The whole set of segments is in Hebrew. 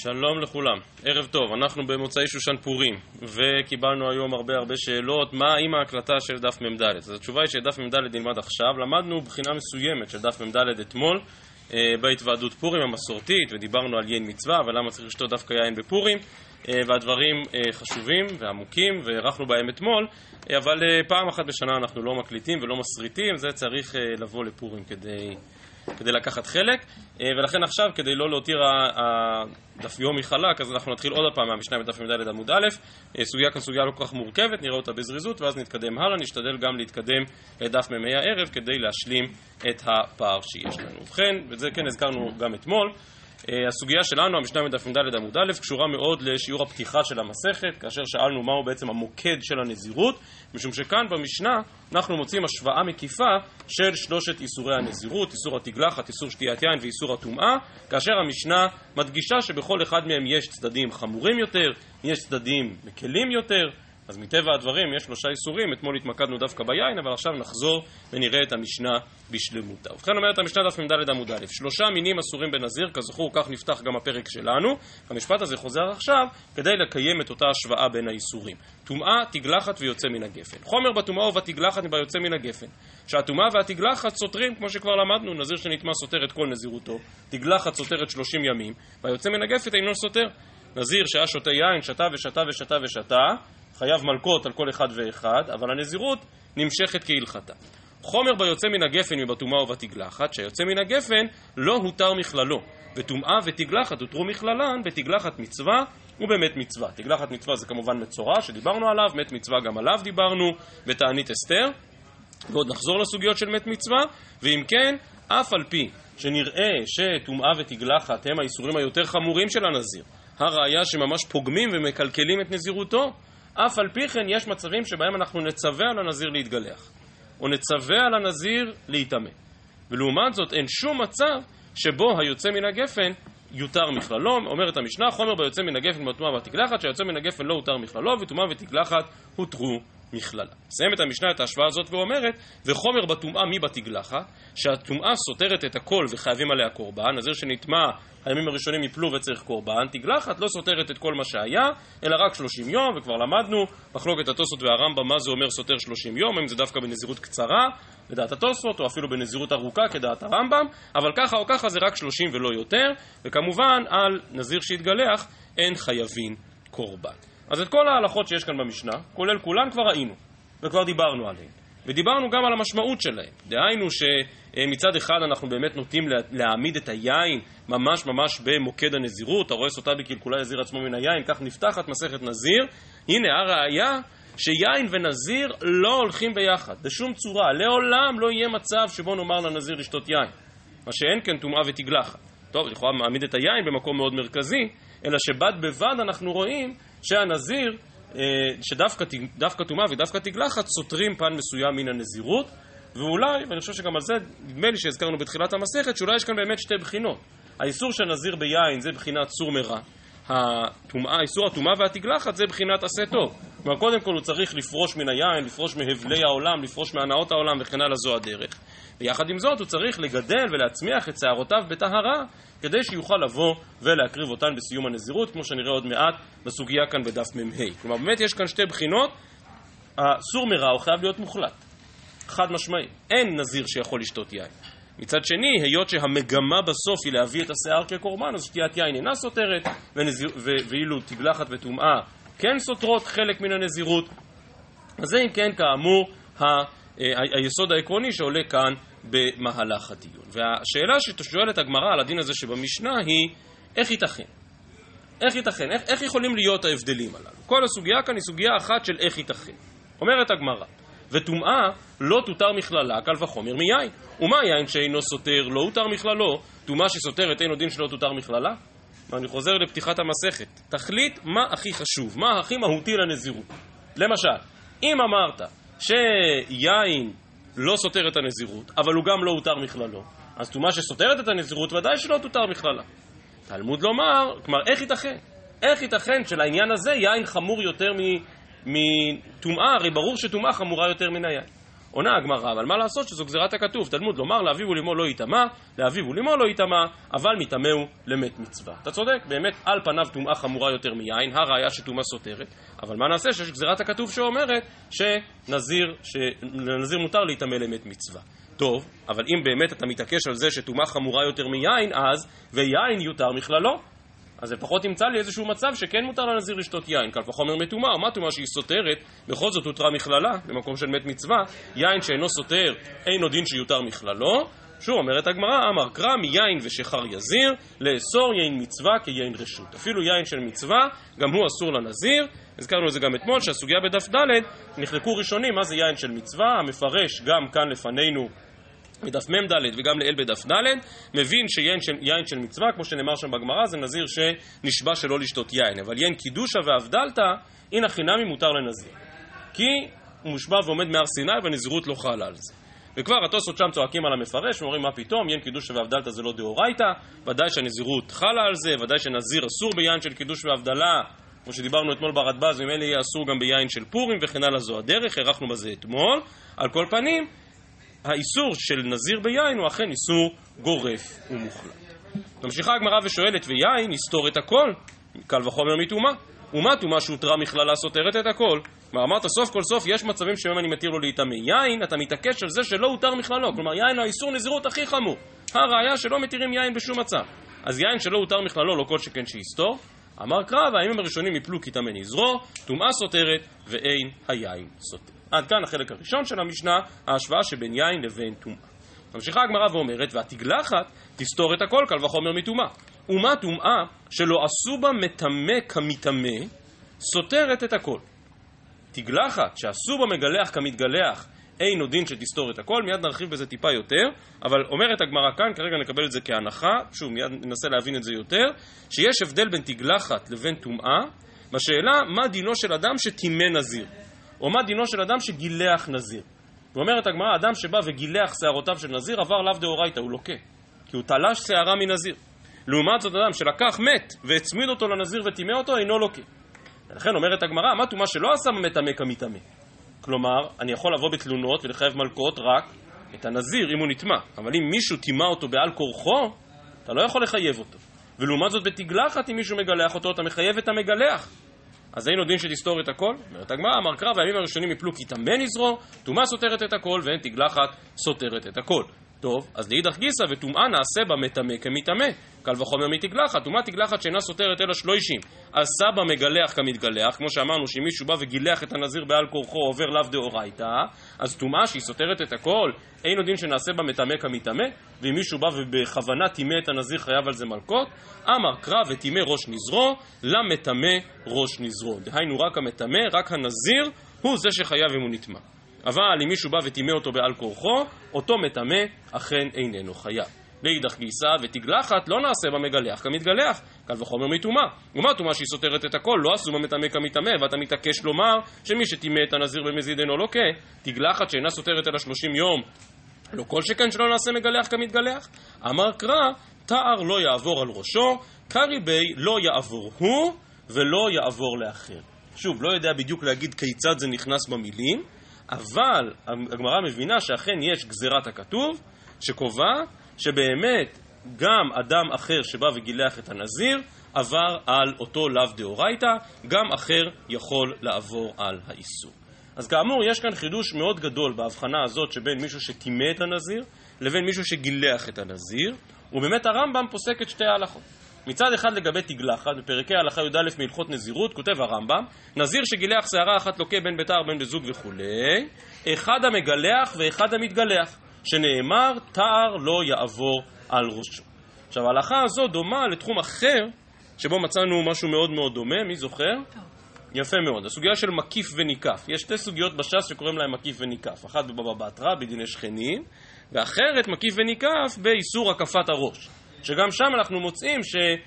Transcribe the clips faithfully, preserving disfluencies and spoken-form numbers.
שלום לכולם, ערב טוב, אנחנו במוצאי שושן פורים וקיבלנו היום הרבה הרבה שאלות מה עם ההקלטה של דף ממד. אז התשובה היא שדף ממד נלמד עכשיו. למדנו בחינה מסוימת של דף ממד אתמול אה, בהתוועדות פורים המסורתית, ודיברנו על יין מצווה ולמה צריך לשתות דווקא יין בפורים, אה, והדברים אה, חשובים ועמוקים וערכנו בהם אתמול, אה, אבל אה, פעם אחת בשנה אנחנו לא מקליטים ולא מסריטים, זה צריך אה, לבוא לפורים כדי... כדי לקחת חלק, ולכן עכשיו, כדי לא להותיר הדף יומי חלק, אז אנחנו נתחיל עוד פעם מהמשנה בדף ממד עמוד א'. סוגיה כאן סוגיה לא כל כך מורכבת, נראה אותה בזריזות, ואז נתקדם הלאה. נשתדל גם להתקדם לדף ממי הערב, כדי להשלים את הפער שיש לנו. ובכן, וזה כן הזכרנו גם אתמול, הסוגיה שלנו, המשנה בדף ממד עמוד א', קשורה מאוד לשיעור הפתיחה של המסכת, כאשר שאלנו מהו בעצם המוקד של הנזירות, משום שכאן במשנה אנחנו מוצאים השוואה מקיפה של שלושת איסורי הנזירות, איסור התגלחת, איסור שתיית יין ואיסור הטומאה, כאשר המשנה מדגישה שבכל אחד מהם יש צדדים חמורים יותר, יש צדדים מקלים יותר. אז מטבע הדברים יש שלושה איסורים, אתמול התמקדנו דווקא ביין, אבל עכשיו נחזור ונראה את המשנה בשלמותה. ובכן אומרת המשנה דף ממד עמוד א', שלושה מינים אסורים בנזיר, כזכור כך נפתח גם הפרק שלנו. המשפט הזה חוזר עכשיו כדי לקיים את אותה השוואה בין האיסורים. טומאה, תגלחת ויוצא מן הגפן. חומר בטומאה ובתגלחת ביוצא מן הגפן. שהטומאה והתגלחת סותרים, כמו שכבר למדנו, נזיר שנטמא סותר את כל נזירותו, תגלחת סותרת שלושים ימים, ויוצא מן הגפן אינו סותר. נזיר שהיה שותה יין, שתה ושתה ושתה ושתה, חייב מלכות על כל אחד ואחד, אבל הנזירות נמשכת כהלכתה. חומר ביוצא מן הגפן מבטומאה ובתגלחת, שהיוצא מן הגפן לא הותר מכללו, וטומאה ותגלחת הותרו מכללן בתגלחת מצווה ובמת מצווה. תגלחת מצווה זה כמובן מצורע שדיברנו עליו, מת מצווה גם עליו דיברנו בתענית אסתר, ועוד נחזור לסוגיות של מת מצווה. ואם כן, אף על פי שנראה שטומאה ותגלחת הם האיסורים היותר חמורים של הנזיר, הראיה שממש פוגמים ומקלקלים את נזירותו, אף על פי כן יש מצבים שבהם אנחנו נצווה על הנזיר להתגלח, או נצווה על הנזיר להתאמן. ולעומת זאת אין שום מצב שבו היוצא מן הגפן יותר מכללו. אומרת המשנה, חומר ביוצא מן הגפן בטומאה ותגלחת, שהיוצא מן הגפן לא הותר מכללו, וטומאה ותגלחת הותרו מכללה. סיימת המשנה את ההשוואה הזאת ואומרת, וחומר בטומאה מי בתגלחת, שהטומאה סותרת את הכל וחייבים עליה קורבן, נזיר שנטמא הימים הראשונים יפלו וצריך קורבן. תגלחת לא סותרת את כל מה שהיה, אלא רק שלושים יום, וכבר למדנו מחלוקת התוספות והרמב"ם מה זה אומר סותר שלושים יום, אם זה דווקא בנזירות קצרה לדעת התוספות, או אפילו בנזירות ארוכה כדעת הרמב"ם, אבל ככה או ככה זה רק שלושים ולא יותר, וכמובן על נזיר שהתגלח אין חייבים קורבן. אז את כל ההלכות שיש כאן במשנה, כולל כולן, כבר ראינו וכבר דיברנו עליהן, ודיברנו גם על המשמעות שלהם. דהיינו שמצד אחד אנחנו באמת נוטים להעמיד את היין ממש ממש במוקד הנזירות, הרואה סוטה בקלקולה יזיר עצמו מן היין, כך נפתחת מסכת נזיר. הנה הראיה שיין ונזיר לא הולכים ביחד בשום צורה, לעולם לא יהיה מצב שבו נאמר לנזיר לשתות יין, מה שאין כן טומאה ותגלחת. טוב, לכאורה מעמיד את היין במקום מאוד מרכזי, אלא שבד בבד אנחנו רואים שהנזיר, שדווקא טומאה ודווקא תגלחת סותרים פן מסוים מן הנזירות. ואולי, ואני חושב שגם על זה נדמה לי שהזכרנו בתחילת המסכת, שאולי יש כאן באמת שתי בחינות. האיסור של נזיר ביין זה בחינת סור מרע, הטומאה, איסור הטומאה והתגלחת זה בחינת עשה טוב. כלומר, קודם כל הוא צריך לפרוש מן היין, לפרוש מהבלי העולם, לפרוש מהנאות העולם וכן הלאה, זו הדרך. ויחד עם זאת הוא צריך לגדל ולהצמיח את שערותיו בטהרה, כדי שיוכל לבוא ולהקריב אותן בסיום הנזירות, כמו שנראה עוד מעט בסוגיה כאן בדף ממהי. כלומר, באמת יש כאן שתי בחינות. הסור מרע הוא חייב להיות מוחלט, חד משמעי, אין נזיר שיכול לשתות יין. מצד שני, היות שהמגמה בסוף היא להביא את השיער כקורבן, אז שתיית יין אינה סותרת, ונזיר, ו, ואילו תגלחת וטומאה כן סותרות חלק מן הנזירות. אז זה אם כן כאמור ה, ה, היסוד העקרוני שעולה כאן במהלך הדיון. והשאלה ששואלת הגמרא על הדין הזה שבמשנה היא, איך ייתכן? איך ייתכן? איך, איך יכולים להיות ההבדלים הללו? כל הסוגיה כאן היא סוגיה אחת של איך ייתכן. אומרת הגמרא, וטומאה לא תותר מכללה, קל וחומר מיין. ומה יין שאינו סותר לא הותר מכללו? טומאה שסותרת אינו דין שלא תותר מכללה? ואני חוזר לפתיחת המסכת. תחליט מה הכי חשוב, מה הכי מהותי לנזירות. למשל, אם אמרת שיין לא סותר את הנזירות, אבל הוא גם לא הותר מכללו, אז טומאה שסותרת את הנזירות ודאי שלא תותר מכללה. תלמוד לומר, כלומר, איך ייתכן? איך ייתכן שלעניין הזה יין חמור יותר מטומאה? הרי ברור שטומאה חמורה יותר מן היין. עונה הגמרא, אבל מה לעשות שזו גזירת הכתוב? תלמוד לומר לאביו ולאמו לא יטמא, לאביו ולאמו לא יטמא, אבל מטמא הוא למת מצווה. אתה צודק, באמת על פניו טומאה חמורה יותר מיין, הראיה שטומאה סותרת, אבל מה נעשה שיש גזירת הכתוב שאומרת שנזיר, שלנזיר מותר להיטמא למת מצווה. טוב, אבל אם באמת אתה מתעקש על זה שטומאה חמורה יותר מיין, אז ויין יותר מכללו. אז זה פחות ימצא לי איזשהו מצב שכן מותר לנזיר לשתות יין, קל וחומר מטומאה, או מה טומאה שהיא סותרת, בכל זאת הותרה מכללה, במקום של מת מצווה, יין שאינו סותר, אינו דין שיותר מכללו. שוב אומרת הגמרא, אמר קרא מיין ושחר יזיר, לאסור יין מצווה כיין רשות. אפילו יין של מצווה, גם הוא אסור לנזיר. הזכרנו את זה גם אתמול, שהסוגיה בדף ד' נחלקו ראשונים, מה זה יין של מצווה, המפרש גם כאן לפנינו, בדף מ"ד וגם לאל בדף ד' מבין שיין של, יין של מצווה, כמו שנאמר שם בגמרא, זה נזיר שנשבע שלא לשתות יין. אבל יין קידושה והבדלתא, הנה חינמי מותר לנזיר. כי הוא מושבע ועומד מהר סיני והנזירות לא חלה על זה. וכבר התוספות שם צועקים על המפרש, ואומרים מה פתאום, יין קידושה והבדלתא זה לא דאורייתא, ודאי שהנזירות חלה על זה, ודאי שנזיר אסור ביין של קידוש והבדלה, כמו שדיברנו אתמול ברדב"ז, וממילא יהיה אסור גם ביין של פורים וכן הלאה, זו הדרך, ערכנו בזה אתמול. על כל פנים, האיסור של נזיר ביין הוא אכן איסור גורף ומוחלט. ממשיכה הגמרא ושואלת, ויין יסתור את הכל, קל וחומר מטומאה. ומה טומאה שהותרה מכללה סותרת את הכל? מה אמרת, סוף כל סוף יש מצבים שבהם אני מתיר לו להיטמא. יין, אתה מתעקש על זה שלא הותר מכללו, כלומר יין הוא האיסור נזירות הכי חמור. הראיה שלא מתירים יין בשום מצב. אז יין שלא הותר מכללו, לא כל שכן שיסתור. אמר קרא, והימים הראשונים יפלו כי טמא נזרו, טומאה סותרת ואין היין סותר. עד כאן החלק הראשון של המשנה, ההשוואה שבין יין לבין טומאה. ממשיכה הגמרא ואומרת, והתגלחת תסתור את הכל, קל וחומר מטומאה. ומה טומאה שלא עשו בה מטמא כמטמא, סותרת את הכל. תגלחת שעשו בה מגלח כמתגלח, אין דין שתסתור את הכל, מיד נרחיב בזה טיפה יותר, אבל אומרת הגמרא כאן, כרגע נקבל את זה כהנחה, שוב מיד ננסה להבין את זה יותר, שיש הבדל בין תגלחת לבין טומאה, בשאלה מה דינו של אדם שטימא נזיר, או מה דינו של אדם שגילח נזיר. ואומרת הגמרא, אדם שבא וגילח שערותיו של נזיר עבר לאו דאורייתא, הוא לוקה, כי הוא תלש שערה מנזיר. לעומת זאת אדם שלקח מת והצמיד אותו לנזיר וטימא אותו, אינו לוקה. ולכן אומרת הגמרא, מה טומאה שלא עשה מטמא כמטמא? כלומר, אני יכול לבוא בתלונות ולחייב מלקות רק את הנזיר אם הוא נטמא. אבל אם מישהו טימא אותו בעל כורחו, אתה לא יכול לחייב אותו. ולעומת זאת בתגלחת, אם מישהו מגלח אותו, אתה מחייב את המגלח. אז אין עוד דין שתסתור את הכל. אומרת הגמרא, אמר קרא, והימים הראשונים יפלו כי טמא נזרו, טומאה סותרת את הכל, ואין תגלחת סותרת את הכל. טוב, אז לאידך גיסא וטומאה נעשה בה מטמא כמטמא, קל וחומר מתגלחת. טומאה תגלחת שאינה סותרת אלא שלושים, עשה בה מגלח כמתגלח, כמו שאמרנו שאם מישהו בא וגילח את הנזיר בעל כורחו עובר לאו דאורייתא, אז טומאה שהיא סותרת את הכל, אין עוד דין שנעשה בה מטמא כמטמא, ואם מישהו בא ובכוונה טימא את הנזיר חייב על זה מלקות. אמר קרא וטימא ראש נזרו, למטמא ראש נזרו. דהיינו רק המטמא, רק הנזיר הוא זה שחייב אם הוא נטמא. אבל אם מישהו בא וטימא אותו בעל כורחו, אותו מטמא אכן איננו חייב. לאידך גיסא ותגלחת לא נעשה במגלח כמתגלח, קל וחומר מטומאה. ומה טומאה שהיא סותרת את הכל, לא עשו במטמא כמטמא, ואתה מתעקש לומר שמי שטימא את הנזיר במזיד אינו לוקה. תגלחת שאינה סותרת אלא שלושים יום, לא כל שכן שלא נעשה מגלח כמתגלח. אמר קרא, תער לא יעבור על ראשו, קרי בי לא יעבור הוא ולא יעבור לאחר. שוב, לא יודע בדיוק להגיד כיצד זה נכנס במילים, אבל הגמרא מבינה שאכן יש גזירת הכתוב שקובע שבאמת גם אדם אחר שבא וגילח את הנזיר עבר על אותו לאו דאורייתא, גם אחר יכול לעבור על האיסור. אז כאמור יש כאן חידוש מאוד גדול בהבחנה הזאת שבין מישהו שטימא את הנזיר לבין מישהו שגילח את הנזיר, ובאמת הרמב"ם פוסק את שתי ההלכות. מצד אחד לגבי תגלחת, בפרקי ההלכה י"א מהלכות נזירות, כותב הרמב"ם, נזיר שגילח שערה אחת לוקה בין ביתר בין בזוג וכולי, אחד המגלח ואחד המתגלח, שנאמר תער לא יעבור על ראשו. עכשיו ההלכה הזו דומה לתחום אחר, שבו מצאנו משהו מאוד מאוד דומה, מי זוכר? יפה מאוד, הסוגיה של מקיף וניקף. יש שתי סוגיות בש"ס שקוראים להם מקיף וניקף, אחת בבבא בתרא בדיני שכנים, ואחרת מקיף וניקף באיסור הקפת הראש. שגם שם אנחנו מוצאים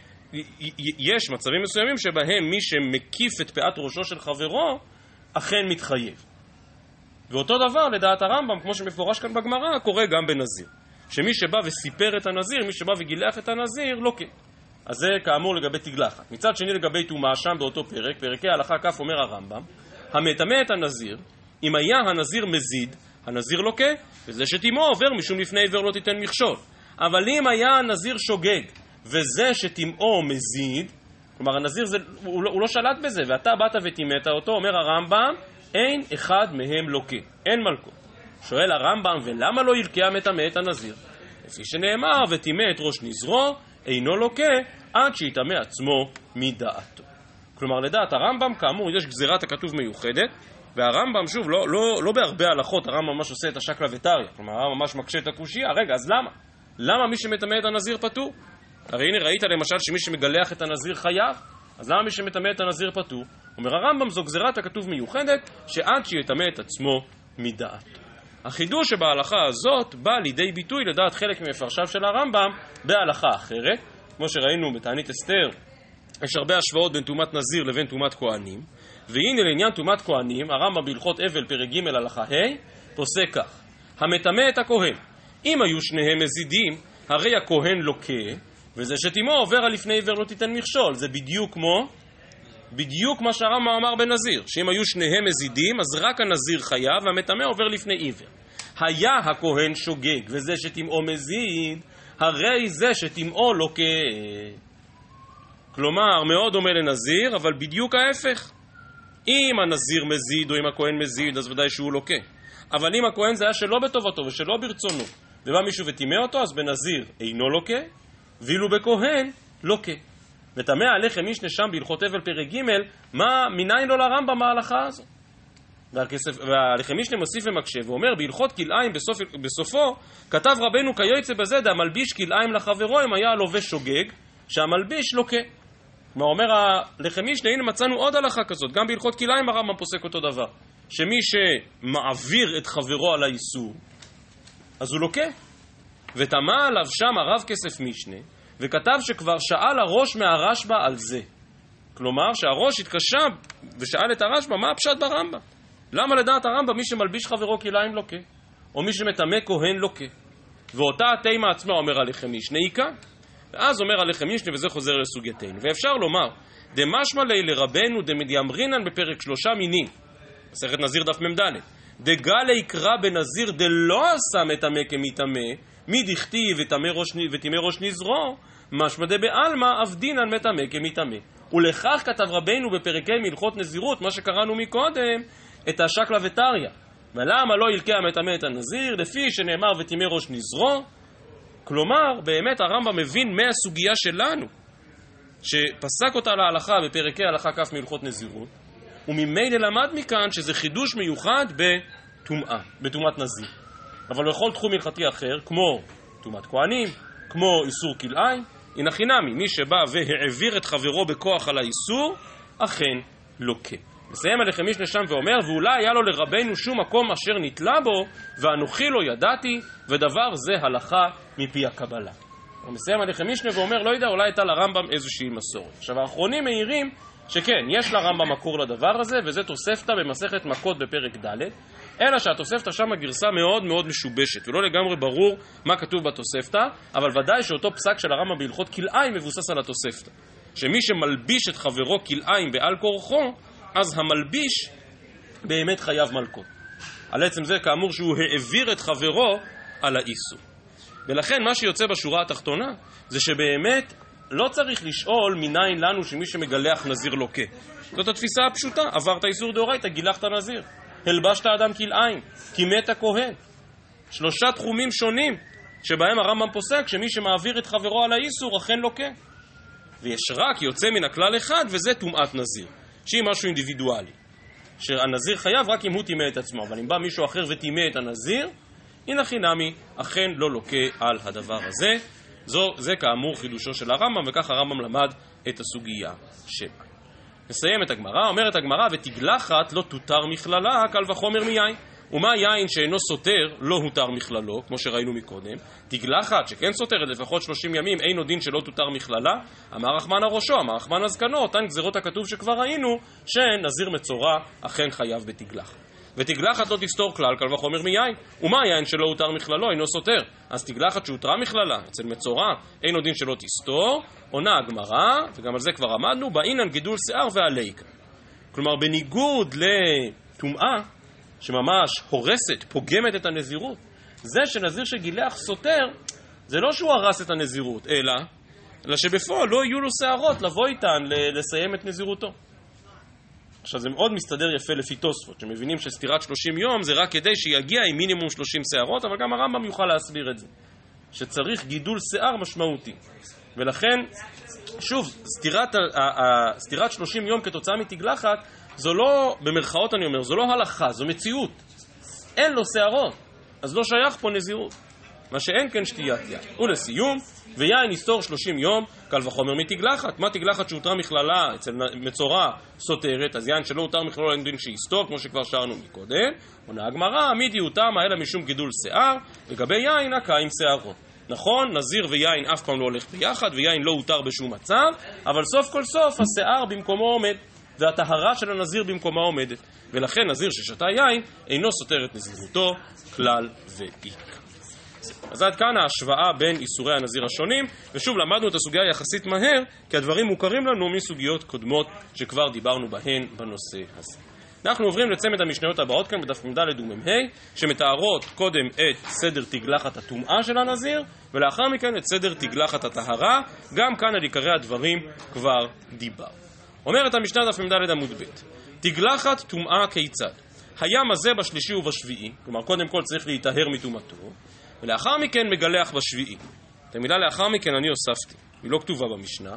שיש מצבים מסוימים שבהם מי שמקיף את פאת ראשו של חברו אכן מתחייב. ואותו דבר לדעת הרמב"ם, כמו שמפורש כאן בגמרא, קורה גם בנזיר. שמי שבא וסיפר את הנזיר, מי שבא וגילח את הנזיר, לא כן. אז זה כאמור לגבי תגלחת. מצד שני לגבי טומאה, שם באותו פרק, פרקי ההלכה כף אומר הרמב"ם, המטמא את הנזיר, אם היה הנזיר מזיד, הנזיר לוקה, וזה שתימו עובר משום לפני עיוור לא תיתן מכשול. אבל אם היה הנזיר שוגג, וזה שתימו מזיד, כלומר הנזיר זה, הוא, לא, הוא לא שלט בזה, ואתה באת ותימת אותו, אומר הרמב"ם, אין אחד מהם לוקה, אין מלכות. שואל הרמב"ם, ולמה לא ילקה המטמא את הנזיר? לפי שנאמר, ותימא את ראש נזרו, אינו לוקה, עד שיטמא עצמו מדעתו. כלומר, לדעת הרמב"ם, כאמור, יש גזירת הכתוב מיוחדת, והרמב"ם, שוב, לא, לא, לא בהרבה הלכות, הרמב"ם ממש עושה את השקלא וטריא, כלומר, הרמב"ם ממש מקשה את הקושיה. רגע, אז למה? למה מי שמטמא את הנזיר פטור? הרי הנה, ראית למשל שמי שמגלח את הנזיר חייב, אז למה מי שמטמא את הנזיר פטור? אומר הרמב"ם, זו גזירת הכתוב מיוחדת, שעד שיטמא את עצמו מדעתו. החידוש שבהלכה הזאת בא לידי ביטוי לדעת חלק ממפרשיו של הרמב"ם בהלכה אחרת. כמו שראינו בתענית אסתר, יש הרבה השוואות בין טומאת נזיר לבין טומאת כהנים, והנה לעניין טומאת כהנים, הרמב"ם בהלכות אבל פרק ג' הלכה ה' פוסק כך: המטמא את הכהן, אם היו שניהם מזידים, הרי הכהן לוקה, וזה שתימו עובר על לפני עיוור לא תיתן מכשול. זה בדיוק כמו בדיוק מה שהרמב"ם אמר בנזיר, שאם היו שניהם מזידים, אז רק הנזיר חייב, והמטמא עובר לפני עיוור. היה הכהן שוגג, וזה שתימו מזיד, הרי זה שתימו לוקה. כלומר, מאוד דומה לנזיר, אבל בדיוק ההפך. אם הנזיר מזיד, או אם הכהן מזיד, אז ודאי שהוא לוקה. אבל אם הכהן זה היה שלא בטובתו ושלא ברצונו, ובא מישהו ותימא אותו, אז בנזיר אינו לוקה, ואילו בכהן לוקה. ותמה הלחם משנה שם בהלכות אבל פרק ג', מה מניין לו לרמב"ם ההלכה הזו? והלחם משנה מוסיף ומקשה ואומר, בהלכות כלאיים בסוף, בסופו כתב רבנו כיוצא בזה, דהמלביש כלאיים לחברו אם היה לובש שוגג, שהמלביש לוקה. כלומר אומר הלחם משנה, הנה מצאנו עוד הלכה כזאת, גם בהלכות כלאיים הרמב"ם פוסק אותו דבר, שמי שמעביר את חברו על האיסור אז הוא לוקה. ותמה עליו שם הרב כסף משנה, וכתב שכבר שאל הראש מהרשב"א על זה. כלומר שהראש התקשה ושאל את הרשב"א מה הפשט ברמב"ם. למה לדעת הרמב"ם מי שמלביש חברו כלאיים לוקה, או מי שמטמא כהן לוקה? ואותה התימה עצמה אומר הלחם משנה היא כאן. ואז אומר הלחם משנה, וזה חוזר לסוגייתנו, ואפשר לומר דמשמע ליה לרבנו דמדיאמרינן בפרק שלושה מינים, מסכת נזיר דף מ"ד, דגלה יקרא בנזיר דלא עשה מטמא כמטמא, מי דכתיב ותימא ראש נזרו, משמע דבעלמא אף דינן מטמא כמטמא. ולכך כתב רבנו בפרקי מלכות נזירות, מה שקראנו מקודם, את השקלא וטריא. ולמה לא ילקה המטמא את הנזיר? לפי שנאמר ותימא ראש נזרו. כלומר, באמת הרמב"ם מבין מהסוגיה שלנו, שפסק אותה להלכה בפרקי הלכה כף מלכות נזירות, וממילא למד מכאן שזה חידוש מיוחד בטומאה, בטומאת נזיר. אבל לכל תחום הלכתי אחר, כמו טומאת כהנים, כמו איסור כלאיים, הנה חינמי, מי שבא והעביר את חברו בכוח על האיסור, אכן לוקה. מסיים הלחם משנה שם ואומר, ואולי היה לו לרבנו שום מקום אשר נתלה בו, ואנוכי לא ידעתי, ודבר זה הלכה מפי הקבלה. הוא מסיים הלחם משנה ואומר, לא יודע, אולי הייתה לרמב"ם איזושהי מסורת. עכשיו האחרונים מעירים שכן, יש לרמב"ם מקור לדבר הזה, וזה תוספתא במסכת מכות בפרק ד', אלא שהתוספתא שם גרסה מאוד מאוד משובשת, ולא לגמרי ברור מה כתוב בתוספתא, אבל ודאי שאותו פסק של הרמב"ם בהלכות כלאיים מבוסס על התוספתא, שמי שמלביש את חברו כלאיים בעל כורחו, אז המלביש באמת חייב מלקות. על עצם זה כאמור שהוא העביר את חברו על האיסור. ולכן מה שיוצא בשורה התחתונה, זה שבאמת לא צריך לשאול מניין לנו שמי שמגלח נזיר לוקה. זאת התפיסה הפשוטה, עברת איסור דאורייתא, גילחת נזיר. הלבשת אדם כלאיים, קימת הכהן. שלושה תחומים שונים שבהם הרמב"ם פוסק שמי שמעביר את חברו על האיסור אכן לוקה. ויש רק יוצא מן הכלל אחד, וזה טומאת נזיר, שהיא משהו אינדיבידואלי, שהנזיר חייב רק אם הוא טימא את עצמו, אבל אם בא מישהו אחר וטימא את הנזיר, הנה חינמי אכן לא לוקה על הדבר הזה. זו, זה כאמור חידושו של הרמב"ם, וכך הרמב"ם למד את הסוגיה שבה. נסיים את הגמרא, אומרת הגמרא, ותגלחת לא תותר מכללה, קל וחומר מיין. ומה יין שאינו סותר לא הותר מכללו, כמו שראינו מקודם. תגלחת שכן סותרת לפחות שלושים ימים, אין עוד דין שלא תותר מכללה. אמר רחמן הראשו, אמר רחמן הזקנו, אותן גזירות הכתוב שכבר ראינו, שנזיר מצורע אכן חייב בתגלחת. ותגלחת לא תסתור כלל, קל וחומר מיין. ומה יין שלא הותר מכללו, אינו סותר. אז תגלחת שהותרה מכללה, אצל מצורע אין עוד דין שלא תסתור. עונה הגמרא, וגם על זה כבר עמדנו, באינן גידול שיער והליקה. כלומר, בניגוד לטומאה, שממש הורסת, פוגמת את הנזירות. זה שנזיר שגילח סותר, זה לא שהוא הרס את הנזירות, אלא, אלא שבפועל לא יהיו לו שערות לבוא איתן לסיים את נזירותו. עכשיו זה מאוד מסתדר יפה לפי תוספות, שמבינים שסתירת שלושים יום זה רק כדי שיגיע עם מינימום שלושים שערות, אבל גם הרמב"ם יוכל להסביר את זה, שצריך גידול שיער משמעותי. ולכן, שוב, סתירת, סתירת שלושים יום כתוצאה מתגלחת, זו לא, במרכאות אני אומר, זו לא הלכה, זו מציאות. אין לו שערות, אז לא שייך פה נזירות. מה שאין כן שתיית יין. ולסיום, ויין יסתור שלושים יום, קל וחומר מתגלחת. מה תגלחת שהותרה מכללה אצל מצורע סותרת, אז יין שלא הותר מכללה אין דין שיסתור, כמו שכבר שרנו מקודם. עונה הגמרא, מידי הותר מה אלא משום גידול שיער, לגבי יין הקה עם שערות. נכון, נזיר ויין אף פעם לא הולך ביחד, ויין לא הותר בשום מצב, אבל סוף כל סוף השיער במקומו עומד, והטהרה של הנזיר במקומה עומדת. ולכן נזיר ששתה יין אינו סותר את נזירותו כלל ועיקר. אז עד כאן ההשוואה בין איסורי הנזיר השונים, ושוב למדנו את הסוגיה יחסית מהר, כי הדברים מוכרים לנו מסוגיות קודמות שכבר דיברנו בהן בנושא הזה. אנחנו עוברים לצמד המשניות הבאות כאן בדף מ"ד ומ"ה, שמתארות קודם את סדר תגלחת הטומאה של הנזיר, ולאחר מכן את סדר תגלחת הטהרה. גם כאן על עיקרי הדברים כבר דיבר. אומרת המשנה דף מ"ד עמוד ב', תגלחת טומאה כיצד? היה מזה בשלישי ובשביעי, כלומר קודם כל צריך להיטהר מטומאתו, ולאחר מכן מגלח בשביעי. את המילה לאחר מכן אני הוספתי, היא לא כתובה במשנה,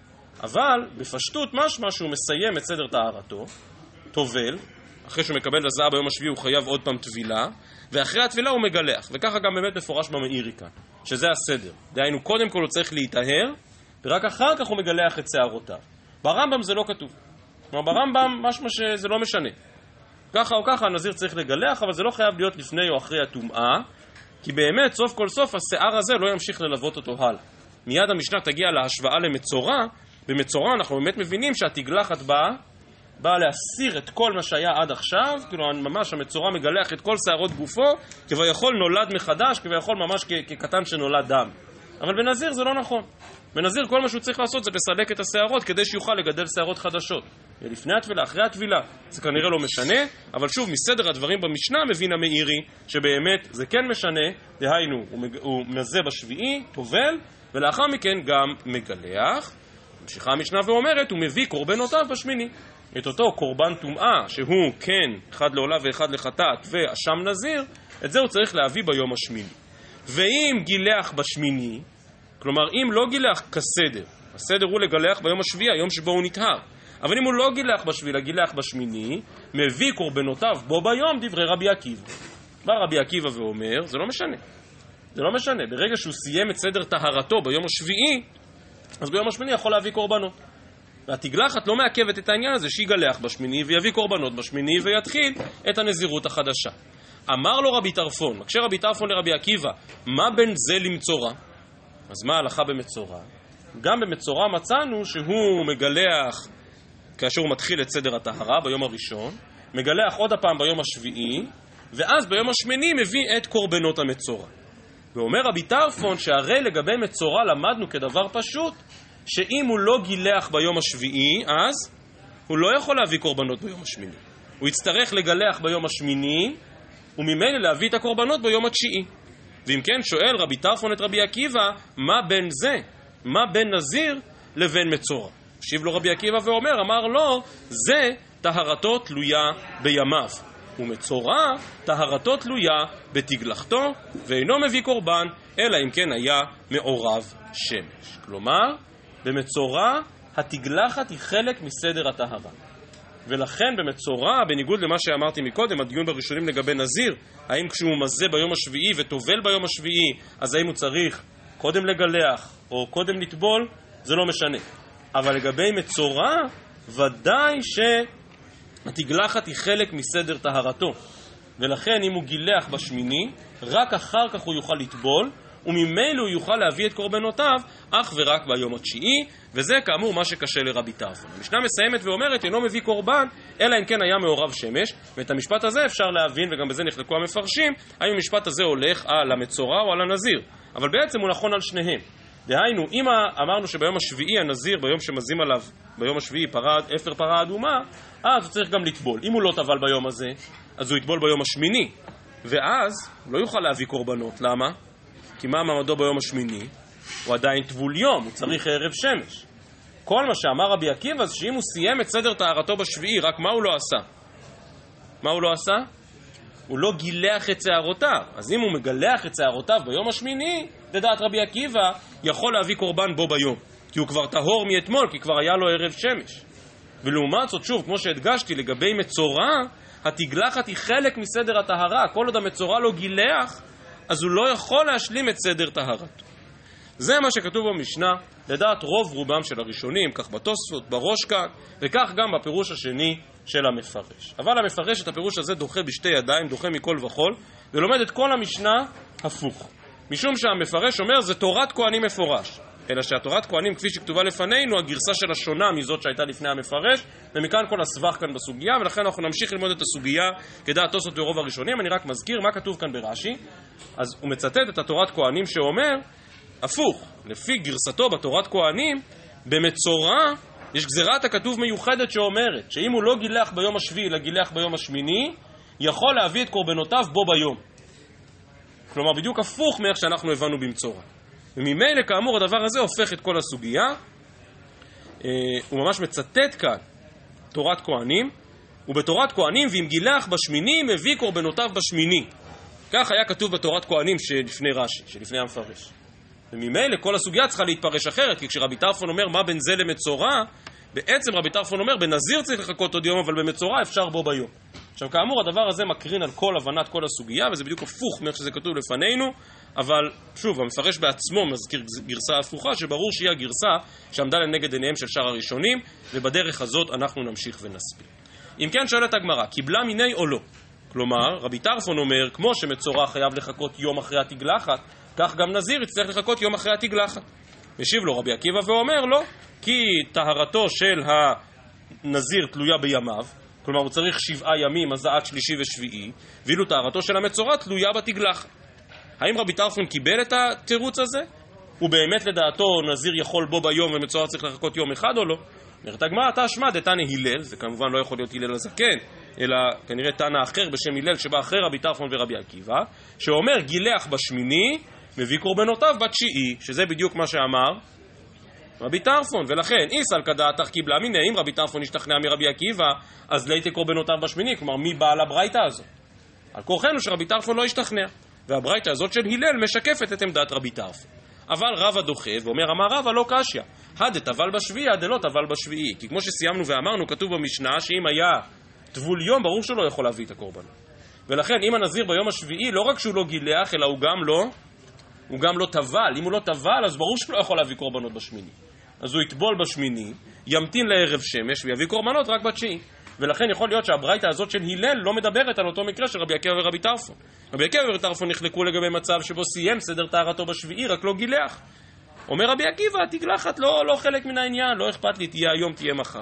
אבל בפשטות משמע שהוא מסיים את סדר טהרתו, טובל, אחרי שהוא מקבל לזהה ביום השביעי הוא חייב עוד פעם טבילה, ואחרי הטבילה הוא מגלח, וככה גם באמת מפורש במאירי כאן, שזה הסדר. דהיינו קודם כל הוא צריך להיטהר, ורק אחר כך הוא מגלח את שערותיו. ברמב"ם זה לא כתוב. כלומר ברמב"ם משמע שזה לא משנה. ככה או ככה הנזיר צריך לגלח, אבל זה לא חייב להיות לפני או אחרי הטומאה, כי באמת סוף כל סוף השיער הזה לא ימשיך ללוות אותו הלאה. מיד המשנה תגיע להשוואה למצורע. במצורע אנחנו באמת מבינים שהתגלחת באה, באה להסיר את כל מה שהיה עד עכשיו, כאילו ממש המצורע מגלח את כל שערות גופו, כביכול נולד מחדש, כביכול ממש כ- כקטן שנולד דם. אבל בנזיר זה לא נכון. בנזיר כל מה שהוא צריך לעשות זה לסלק את השערות כדי שיוכל לגדל שערות חדשות. לפני הטבילה, אחרי הטבילה, זה כנראה לא משנה, אבל שוב, מסדר הדברים במשנה מבין המאירי שבאמת זה כן משנה, דהיינו, הוא, מג... הוא מזה בשביעי, טובל, ולאחר מכן גם מגלח. ממשיכה המשנה ואומרת, הוא מביא קורבנותיו בשמיני. את אותו קורבן טומאה, שהוא כן, אחד לעולה ואחד לחטאת, ואשם נזיר, את זה הוא צריך להביא ביום השמיני. ואם גילח בשמיני, כלומר, אם לא גילח כסדר, הסדר הוא לגלח ביום השביעי, היום שבו הוא נטהר. אבל אם הוא לא גילח בשביעי, גילח בשמיני, מביא קורבנותיו בו ביום, דברי רבי עקיבא. בא רבי עקיבא ואומר, זה לא משנה. זה לא משנה. ברגע שהוא סיים את סדר טהרתו ביום השביעי, אז ביום השמיני יכול להביא קורבנות. והתגלחת לא מעכבת את העניין הזה שיגלח בשמיני ויביא קורבנות בשמיני ויתחיל את הנזירות החדשה. אמר לו רבי טרפון, מקשה רבי טרפון לרבי עקיבא, מה בין זה למצורע? אז מה ההלכה במצורע? גם במצורע מצאנו שהוא מגלח כאשר הוא מתחיל את סדר הטהרה ביום הראשון, מגלח עוד הפעם ביום השביעי, ואז ביום השמיני מביא את קורבנות המצורע. ואומר רבי טרפון שהרי לגבי מצורע למדנו כדבר פשוט, שאם הוא לא גילח ביום השביעי, אז הוא לא יכול להביא קורבנות ביום השמיני. הוא יצטרך לגלח ביום השמיני, וממילא להביא את הקורבנות ביום התשיעי. ואם כן, שואל רבי טרפון את רבי עקיבא, מה בין זה, מה בין נזיר לבין מצורע? שיב לו רבי עקיבא ואומר, אמר לו, זה טהרתו תלויה בימיו, ומצורע טהרתו תלויה בתגלחתו, ואינו מביא קורבן, אלא אם כן היה מעורב שמש. כלומר, במצורע התגלחת היא חלק מסדר הטהרה. ולכן במצורע, בניגוד למה שאמרתי מקודם, הדיון בראשונים לגבי נזיר, האם כשהוא מזה ביום השביעי וטובל ביום השביעי, אז האם הוא צריך קודם לגלח או קודם לטבול, זה לא משנה. אבל לגבי מצורע, ודאי שהתגלחת היא חלק מסדר טהרתו. ולכן אם הוא גילח בשמיני, רק אחר כך הוא יוכל לטבול, וממילא הוא יוכל להביא את קורבנותיו אך ורק ביום התשיעי, וזה כאמור מה שקשה לרבי טרפון. המשנה מסיימת ואומרת, אינו מביא קורבן, אלא אם כן היה מעורב שמש, ואת המשפט הזה אפשר להבין, וגם בזה נחלקו המפרשים, האם המשפט הזה הולך על המצורע או על הנזיר. אבל בעצם הוא נכון על שניהם. דהיינו, אם אמרנו שביום השביעי הנזיר, ביום שמזים עליו, ביום השביעי פרה, אפר פרה אדומה, אז הוא צריך גם לטבול. אם הוא לא טבל ביום הזה, אז הוא יטבול ביום השמיני. ואז הוא לא יוכל להביא קורבנות. למה? כי מה מעמדו ביום השמיני? הוא עדיין טבול יום, הוא צריך ערב שמש. כל מה שאמר רבי עקיבא זה שאם הוא סיים את סדר טהרתו בשביעי, רק מה הוא לא עשה? מה הוא לא עשה? הוא לא גילח את שערותיו. אז אם הוא מגלח את שערותיו ביום השמיני, לדעת רבי עקיבא, יכול להביא קורבן בו ביום. כי הוא כבר טהור מאתמול, כי כבר היה לו ערב שמש. ולעומת זאת, שוב, כמו שהדגשתי, לגבי מצורע, התגלחת היא חלק מסדר הטהרה. כל עוד המצורע לא גילח, אז הוא לא יכול להשלים את סדר טהרתו. זה מה שכתוב במשנה, לדעת רוב רובם של הראשונים, כך בתוספות, בראש כאן, וכך גם בפירוש השני של המפרש. אבל המפרש את הפירוש הזה דוחה בשתי ידיים, דוחה מכל וכל, ולומד את כל המשנה הפוך. משום שהמפרש אומר, זה תורת כהנים מפורש. אלא שהתורת כהנים, כפי שכתובה לפנינו, הגרסה של השונה מזאת שהייתה לפני המפרש, ומכאן כל הסבך כאן בסוגיה, ולכן אנחנו נמשיך ללמוד את הסוגיה כדעת תוספות ברוב הראשונים. אני רק מזכיר מה כתוב כאן ברש"י. אז הוא מצטט את התורת כהנים שאומר, הפוך, לפי גרסתו בתורת כהנים, במצורע יש גזירת הכתוב מיוחדת שאומרת שאם הוא לא גילח ביום השביעי אלא גילח ביום השמיני, יכול להביא את קורבנותיו בו ביום. כלומר, בדיוק הפוך מאיך שאנחנו הבנו במצורע. וממילא כאמור הדבר הזה הופך את כל הסוגיה. אה, הוא ממש מצטט כאן תורת כהנים, ובתורת כהנים ואם גילח בשמיני מביא קורבנותיו בשמיני. כך היה כתוב בתורת כהנים שלפני רש"י, שלפני המפרש. וממילא כל הסוגיה צריכה להתפרש אחרת, כי כשרבי טרפון אומר מה בין זה למצורע, בעצם רבי טרפון אומר בנזיר צריך לחכות עוד יום, אבל במצורע אפשר בו ביום. עכשיו כאמור הדבר הזה מקרין על כל הבנת כל הסוגיה, וזה בדיוק הפוך מאיך שזה כתוב לפנינו, אבל שוב המפרש בעצמו מזכיר גרסה הפוכה, שברור שהיא הגרסה שעמדה לנגד עיניהם של שאר הראשונים, ובדרך הזאת אנחנו נמשיך ונסביר. אם כן שואלת הגמרא, קיבלה מיני או לא? כלומר רבי טרפון אומר כמו שמצורע חייב לחכות יום אחרי התגלחת, כך גם נזיר יצטרך לחכות יום אחרי התגלחת. משיב לו רבי עקיבא ואומר לו, כי טהרתו של הנזיר תלויה בימיו, כלומר הוא צריך שבעה ימים, אז עד שלישי ושביעי, ואילו טהרתו של המצורע תלויה בתגלחת. האם רבי טרפון קיבל את התירוץ הזה? הוא באמת לדעתו נזיר יכול בו ביום ומצורע צריך לחכות יום אחד או לא? אומרת הגמרא, תשמע דתנא הלל, זה כמובן לא יכול להיות הלל הזקן, אלא כנראה תנא אחר בשם הלל שבא אחרי רבי טרפון ורבי עקיבא, שאומר גילח בשמיני, מביא קורבנותיו בתשיעי, שזה בדיוק מה שאמר רבי טרפון. ולכן איסל כדעתך קיבלה מיני, אם רבי טרפון השתכנע מרבי עקיבא, אז ליתי קורבנותיו בשמיני, כלומר מי בעל הברייתא הזאת? על כורחנו שרבי טרפון לא השתכנע, והברייתא הזאת של הלל משקפת את עמדת רבי טרפון. אבל רבא דוחה ואומר, אמר רבא לא קשיא, הדה טבל בשביעי, הדה לא טבל בשביעי. כי כמו שסיימנו ואמרנו, כתוב במשנה שאם היה טבול יום, ברור שלא יכול להביא את הקורבנות. ולכן אם הנזיר ביום השביעי, לא רק שהוא לא גילח, אלא הוא גם לא הוא גם לא טבל. אם הוא לא טבל, אז ברור שלא יכול להביא קורבנות בשמיני. אז הוא יטבול בשמיני, ימתין לערב שמש ויביא קורבנות רק בתשיעי. ולכן יכול להיות שהברייתא הזאת של הלל לא מדברת על אותו מקרה של רבי עקיבא ורבי טרפון. רבי עקיבא ורבי טרפון נחלקו לגבי מצב שבו סיים סדר טהרתו בשביעי, רק לא גילח. אומר רבי עקיבא, תגלחת לא, לא חלק מן העניין, לא אכפת לי, תהיה היום, תהיה מחר.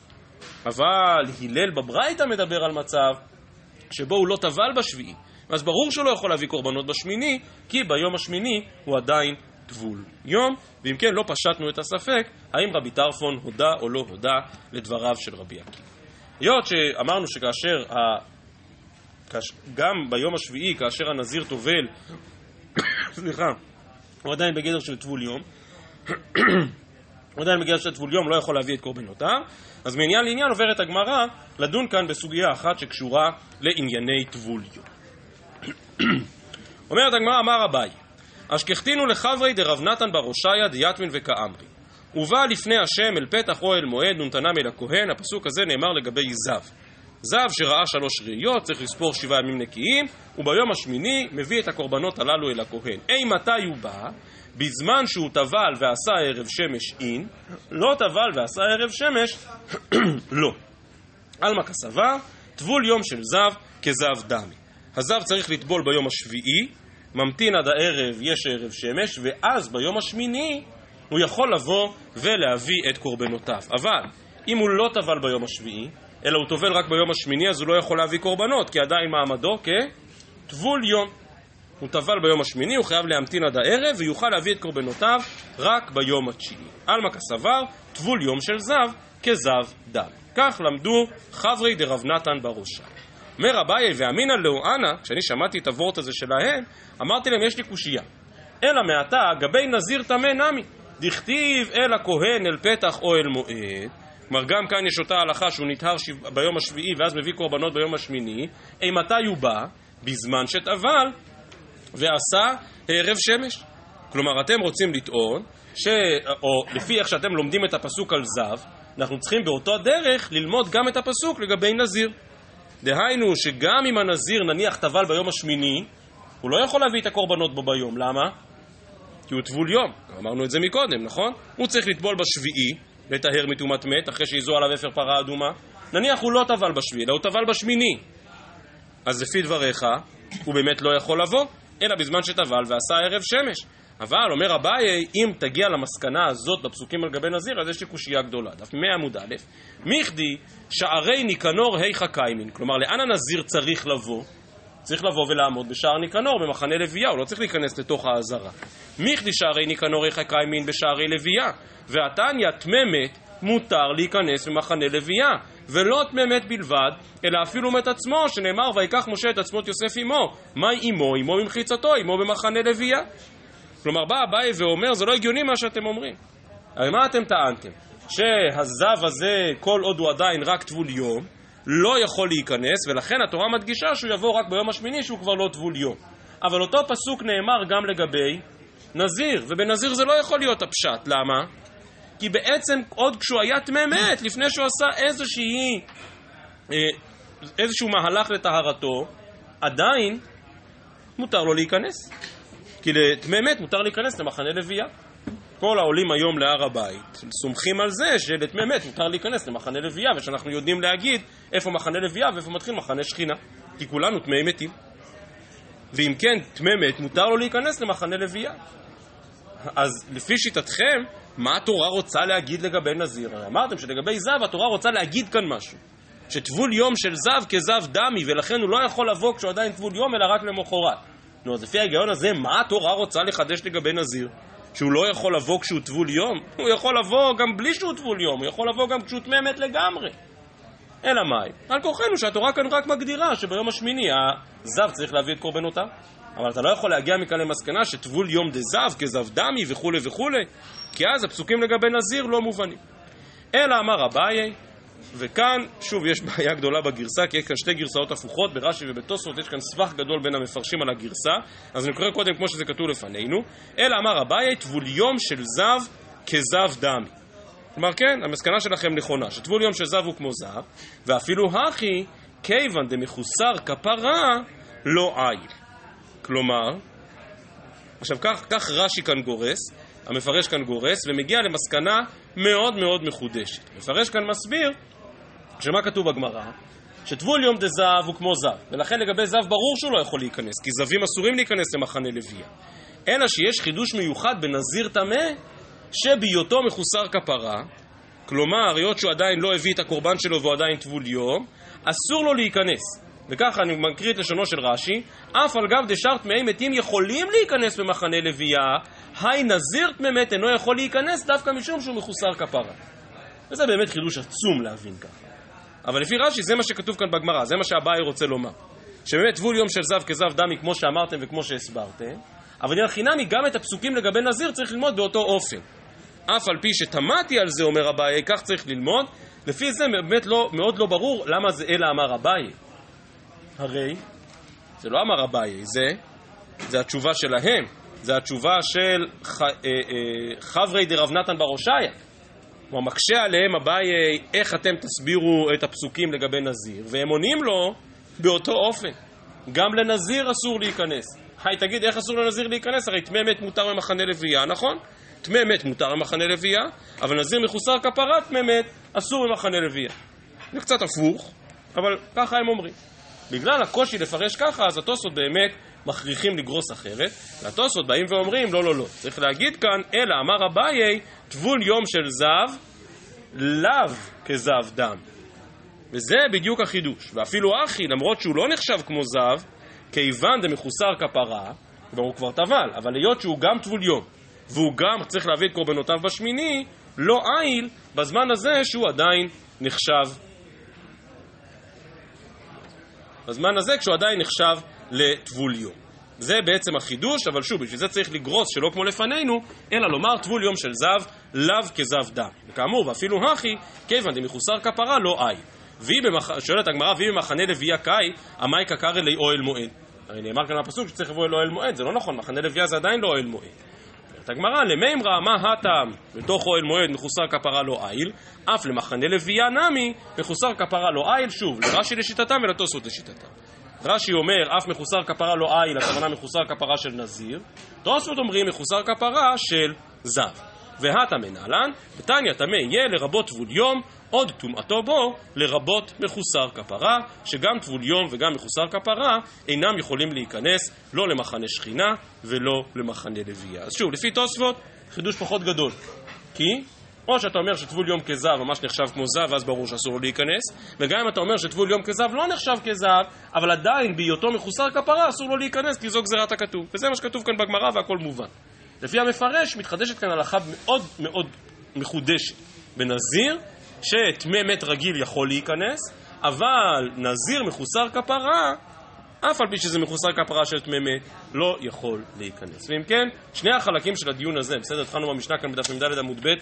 אבל הלל בברייתא מדבר על מצב שבו הוא לא טבל בשביעי. אז ברור שהוא לא יכול להביא קורבנות בשמיני, כי ביום השמיני הוא עדיין טבול יום, ואם כן לא פשטנו את הספק, האם רבי טרפון הודה או לא הודה לדבריו של רבי עקיבא. היות שאמרנו שכאשר, ה... גם ביום השביעי, כאשר הנזיר טובל, סליחה, הוא עדיין בגדר של טבול יום, הוא עדיין בגדר של טבול יום, לא יכול להביא את קורבנותיו, אז מעניין לעניין עוברת הגמרא לדון כאן בסוגיה אחת שקשורה לענייני טבול יום. אומרת הגמרא, אמר אביי, אשכחתינו לחברי דרב נתן בר הושעיה דיתמין וכאמרי, ובא לפני השם אל פתח אוהל מועד נתנם אל הכהן. הפסוק הזה נאמר לגבי זב. זב שראה שלוש ראיות, צריך לספור שבעה ימים נקיים, וביום השמיני מביא את הקורבנות הללו אל הכהן. אי מתי הוא בא? בזמן שהוא טבל ועשה ערב שמש אין, לא טבל ועשה ערב שמש, לא. אלמה כסבה, טבול יום של זב כזב דמי. הזב צריך לטבול ביום השביעי, ממתין עד הערב, יש ערב שמש, ואז ביום השמיני הוא יכול לבוא ולהביא את קורבנותיו. אבל אם הוא לא טבל ביום השביעי, אלא הוא טובל רק ביום השמיני, אז הוא לא יכול להביא קורבנות, כי עדיין מעמדו כטבול יום. הוא טבל ביום השמיני, הוא חייב להמתין עד הערב, ויוכל להביא את קורבנותיו רק ביום התשיעי. אלמה כסבר, טבול יום של זב, כזב דם. כך למדו חברי דרב נתן בראשה. אומר אביי ואמינא לו אנא, כשאני שמעתי את הוורט הזה שלהם, אמרתי להם, יש לי קושייה. אלא מעתה, גבי נזיר טמא נמי. דכתיב אל הכהן אל פתח או אל מועד. כלומר, גם כאן יש אותה הלכה שהוא נטהר שב... ביום השביעי ואז מביא קורבנות ביום השמיני. אימתי הוא בא? בזמן שטבל ועשה ערב שמש. כלומר, אתם רוצים לטעון, ש... או לפי איך שאתם לומדים את הפסוק על זב, אנחנו צריכים באותו דרך ללמוד גם את הפסוק לגבי נזיר. דהיינו שגם אם הנזיר נניח טבל ביום השמיני, הוא לא יכול להביא את הקורבנות בו ביום. למה? כי הוא טבול יום. אמרנו את זה מקודם, נכון? הוא צריך לטבול בשביעי, לטהר מטומאת מת, אחרי שיזו עליו אפר פרה אדומה. נניח הוא לא טבל בשביעי, אלא הוא טבל בשמיני. אז לפי דבריך, הוא באמת לא יכול לבוא, אלא בזמן שטבל ועשה ערב שמש. אבל אומר אביי, אם תגיע למסקנה הזאת בפסוקים על גבי נזיר, אז יש לי קושייה גדולה. דף מאה עמוד א', מיכדי שערי ניקנור היכא קיימין. כלומר, לאן הנזיר צריך לבוא? צריך לבוא ולעמוד בשער ניקנור, במחנה לוויה, הוא לא צריך להיכנס לתוך העזרה. מיכדי שערי ניקנור היכא קיימין בשערי לוויה. והתניא טמא מת מותר להיכנס במחנה לוויה, ולא טמא מת בלבד, אלא אפילו מת עצמו, שנאמר ויקח משה את עצמות יוסף עמו. מהי עמו? עמו ממחיצתו, עמו במחנה לוויה. כלומר, בא אביי ואומר, זה לא הגיוני מה שאתם אומרים. הרי מה אתם טענתם? שהזב הזה, כל עוד הוא עדיין רק טבול יום, לא יכול להיכנס, ולכן התורה מדגישה שהוא יבוא רק ביום השמיני, שהוא כבר לא טבול יום. אבל אותו פסוק נאמר גם לגבי נזיר, ובנזיר זה לא יכול להיות הפשט. למה? כי בעצם עוד כשהוא היה טמא מת, לפני שהוא עשה איזושהי, איזשהו מהלך לטהרתו, עדיין מותר לו להיכנס. כי לטמא מת מותר להיכנס למחנה לוויה. כל העולים היום להר הבית סומכים על זה שלטמא מת מותר להיכנס למחנה לוויה, ושאנחנו יודעים להגיד איפה מחנה לוויה ואיפה מתחיל מחנה שכינה, כי כולנו טמאי מתים. ואם כן, טמא מת מותר לו להיכנס למחנה לוויה. אז לפי שיטתכם, מה התורה רוצה להגיד לגבי נזיר? אמרתם שלגבי זב התורה רוצה להגיד כאן משהו, שטבול יום של זב כזב דמי, ולכן הוא לא יכול לבוא כשהוא עדיין טבול יום אלא רק למחרת. נו, אז לפי ההיגיון הזה, מה התורה רוצה לחדש לגבי נזיר? שהוא לא יכול לבוא כשהוא טבול יום? הוא יכול לבוא גם בלי שהוא טבול יום, הוא יכול לבוא גם כשהוא טמא מת לגמרי. אלא מאי? על כוחנו שהתורה כאן רק מגדירה שביום השמיני הזב צריך להביא את קורבנותיו. אבל אתה לא יכול להגיע מכאן למסקנה שטבול יום דזב כזב דמי וכו' וכו', כי אז הפסוקים לגבי נזיר לא מובנים. אלא אמר אביי, וכאן שוב יש בעיה גדולה בגרסה, כי יש כאן שתי גרסאות הפוכות, ברש"י ובתוספות יש כאן סבך גדול בין המפרשים על הגרסה, אז נקרא קודם כמו שזה כתוב לפנינו. אלא אמר אביי, טבול יום של זב כזב דמי. כלומר כן, המסקנה שלכם נכונה, שטבול יום של זב הוא כמו זב, ואפילו הכי, כיוון דמחוסר כפרה, לא עיל. כלומר, עכשיו כך, כך רש"י כאן גורס, המפרש כאן גורס, ומגיע למסקנה מאוד מאוד מחודשת. המפרש כאן מסביר, שמה כתוב בגמרא? שטבול יום דזב הוא כמו זב, ולכן לגבי זב ברור שהוא לא יכול להיכנס, כי זבים אסורים להיכנס למחנה לוויה. אלא שיש חידוש מיוחד בנזיר טמא, שבהיותו מחוסר כפרה, כלומר, היות שהוא עדיין לא הביא את הקורבן שלו והוא עדיין טבול יום, אסור לו להיכנס. וככה אני מקריא את לשונו של רש"י, אף על גב דשאר טמאי מתים יכולים להיכנס במחנה לוויה, היי נזיר טמא מת אינו יכול להיכנס דווקא משום שהוא מחוסר כפרה. וזה באמת חידוש עצום להבין ככה. אבל לפי רש"י זה מה שכתוב כאן בגמרא, זה מה שאביי רוצה לומר. שבאמת טבול יום של זב כזב דמי כמו שאמרתם וכמו שהסברתם, אבל דין חינמי גם את הפסוקים לגבי נזיר צריך ללמוד באותו אופן. אף על פי שתמתי על זה אומר אביי, כך צריך ללמוד. לפי זה באמת לא, מאוד לא ברור למה זה אלא אמר אביי. הרי זה לא אמר אביי, זה זה התשובה שלהם, זה התשובה של ח, אה, אה, חברי דרב נתן בראשיה. הוא מקשה עליהם אביי, איך אתם תסבירו את הפסוקים לגבי נזיר, והם עונים לו באותו אופן. גם לנזיר אסור להיכנס. היי, תגיד, איך אסור לנזיר להיכנס? הרי טמא מת מותר במחנה לוויה, נכון? טמא מת מותר במחנה לוויה, אבל נזיר מחוסר כפרה טמא מת אסור במחנה לוויה. זה קצת הפוך, אבל ככה הם אומרים. בגלל הקושי לפרש ככה, אז התוספות באמת מכריחים לגרוס אחרת, והתוספות באים ואומרים, לא, לא, לא. צריך להגיד כאן, אלא אמר אביי, טבול יום של זב, לאו כזב דם. וזה בדיוק החידוש. ואפילו אחי, למרות שהוא לא נחשב כמו זב, כיוון דמחוסר כפרה, כלומר הוא כבר טבל, אבל להיות שהוא גם טבול יום, והוא גם צריך להביא את קורבנותיו בשמיני, לא איל בזמן הזה שהוא עדיין נחשב, בזמן הזה כשהוא עדיין נחשב לטבול יום. זה בעצם החידוש, אבל שוב, בשביל זה צריך לגרוס שלא כמו לפנינו, אלא לומר טבול יום של זב, לאו כזב דם. וכאמור, ואפילו הכי, כיוון דמחוסר כפרה לא איל. והיא במח... שואלת הגמרא, והיא במחנה לוויה קאי, המאי קקר אלי אוהל מועד. הרי נאמר כאן הפסוק שצריך לבוא אל אוהל מועד, זה לא נכון, מחנה לוויה זה עדיין לא אוהל מועד. אומרת הגמרא, למימרא מה הטעם בתוך אוהל מועד מחוסר כפרה לא איל, אף למחנה לוויה נמי מחוסר כפרה לא איל, שוב, לרש"י לשיטתם ולתוספות לשיטתם. רש"י אומר, אף מחוסר כפרה לא איל, הכוונה מחוסר כפרה של נזיר, תוספות אומרים מחוסר כפרה של זב. והתה מנהלן, בתניא טמא יהיה לרבות טבול יום, עוד טומאתו בו לרבות מחוסר כפרה, שגם טבול יום וגם מחוסר כפרה אינם יכולים להיכנס לא למחנה שכינה ולא למחנה לוויה. אז שוב, לפי תוספות, חידוש פחות גדול. כי או שאתה אומר שטבול יום כזב ממש נחשב כמו זב, ואז ברור שאסור לו להיכנס, וגם אם אתה אומר שטבול יום כזב לא נחשב כזב, אבל עדיין בהיותו מחוסר כפרה אסור לו להיכנס, כי זו גזירת הכתוב. וזה מה שכתוב כאן בגמרא והכל מובן. לפי המפרש מתחדשת כאן הלכה מאוד מאוד מחודשת בנזיר, שטמא מת רגיל יכול להיכנס, אבל נזיר מחוסר כפרה, אף על פי שזה מחוסר כפרה של טמא מת, לא יכול להיכנס. ואם כן, שני החלקים של הדיון הזה, בסדר, התחלנו במשנה כאן בדף מ"ד עמוד ב',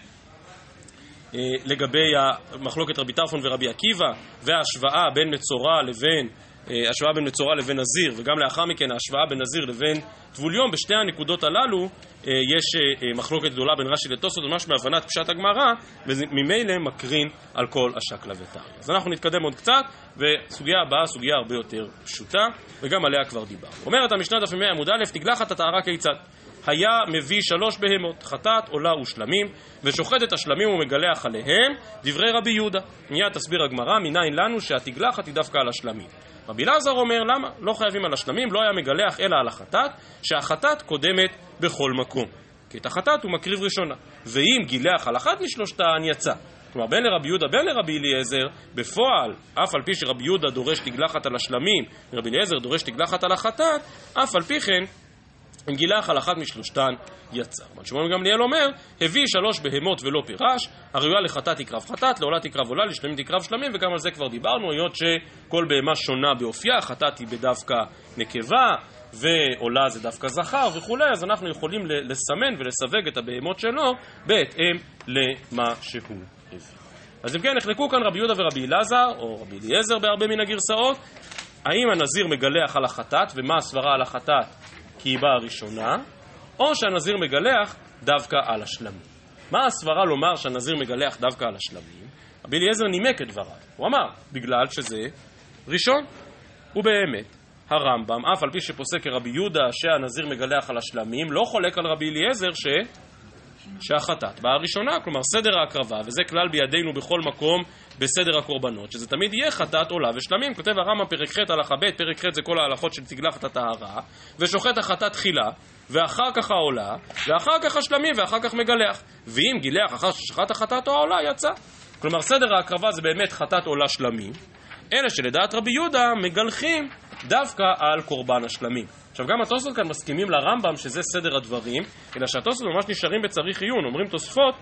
לגבי המחלוקת רבי טרפון ורבי עקיבא, וההשוואה בין מצורע לבין השוואה בין מצורע לבין נזיר, וגם לאחר מכן ההשוואה בין נזיר לבין טבול יום. בשתי הנקודות הללו יש מחלוקת גדולה בין רש"י לתוספות, ממש מהבנת פשט הגמרא, וממילא מקרין על כל השקלא וטריא. אז אנחנו נתקדם עוד קצת, וסוגיה הבאה, סוגיה הרבה יותר פשוטה, וגם עליה כבר דיברנו. אומרת המשנה דף מאה עמוד א', תגלחת הטהרה כיצד? היה מביא שלוש בהמות, חטאת, עולה ושלמים, ושוחט את השלמים ומגלח עליהם, דברי רבי יהודה. מיד תסביר הגמרא, מניין לנו שהתגלחת היא דווקא על השלמים. רבי אלעזר אומר, למה? לא חייבים על השלמים, לא היה מגלח אלא על החטאת, שהחטאת קודמת בכל מקום. כי את החטאת הוא מקריב ראשונה. ואם גילח על אחת משלושתן יצא. כלומר, בין לרבי יהודה, בין לרבי אליעזר, בפועל, אף על פי שרבי יהודה דורש תגלחת על השלמים, ורבי אליעזר דורש תגלחת על החטאת, אף על פי כן, אם גילח על אחת משלושתן יצא. רבי שמעון גמליאל אומר, הביא שלוש בהמות ולא פירש, הראויה לחטאת תקרב חטאת, לעולה תקרב עולה, לשלמים תקרב שלמים, וגם על זה כבר דיברנו, היות שכל בהמה שונה באופייה, חטאת היא בדווקא נקבה, ועולה זה דווקא זכר וכו', אז אנחנו יכולים לסמן ולסווג את הבהמות שלו בהתאם למה שהוא הביא. אז אם כן, נחלקו כאן רבי יהודה ורבי אלעזר, או רבי אליעזר בהרבה מן הגרסאות, האם הנזיר מגלח על החטאת, ומה הסברה על החטאת כי היא באה הראשונה, או שהנזיר מגלח דווקא על השלמים. מה הסברה לומר שהנזיר מגלח דווקא על השלמים? רבי אליעזר נימק את דבריו. הוא אמר, בגלל שזה ראשון. ובאמת, הרמב"ם, אף על פי שפוסק כרבי יהודה שהנזיר מגלח על השלמים, לא חולק על רבי אליעזר ש... שהחטאת באה הראשונה, כלומר סדר ההקרבה, וזה כלל בידינו בכל מקום בסדר הקורבנות, שזה תמיד יהיה חטאת, עולה ושלמים. כותב הרמב"ם פרק ח' הלכה ב', פרק ח' זה כל ההלכות של תגלחת הטהרה, ושוחט החטאת תחילה, ואחר כך העולה, ואחר כך השלמים, ואחר כך מגלח. ואם גילח אחר ששחט החטאת או העולה, יצא. כלומר סדר ההקרבה זה באמת חטאת, עולה, שלמים, אלה שלדעת רבי יהודה מגלחים דווקא על קורבן השלמים. עכשיו גם התוספות כאן מסכימים לרמב"ם שזה סדר הדברים, אלא שהתוספות ממש נשארים בצריך עיון. אומרים תוספות,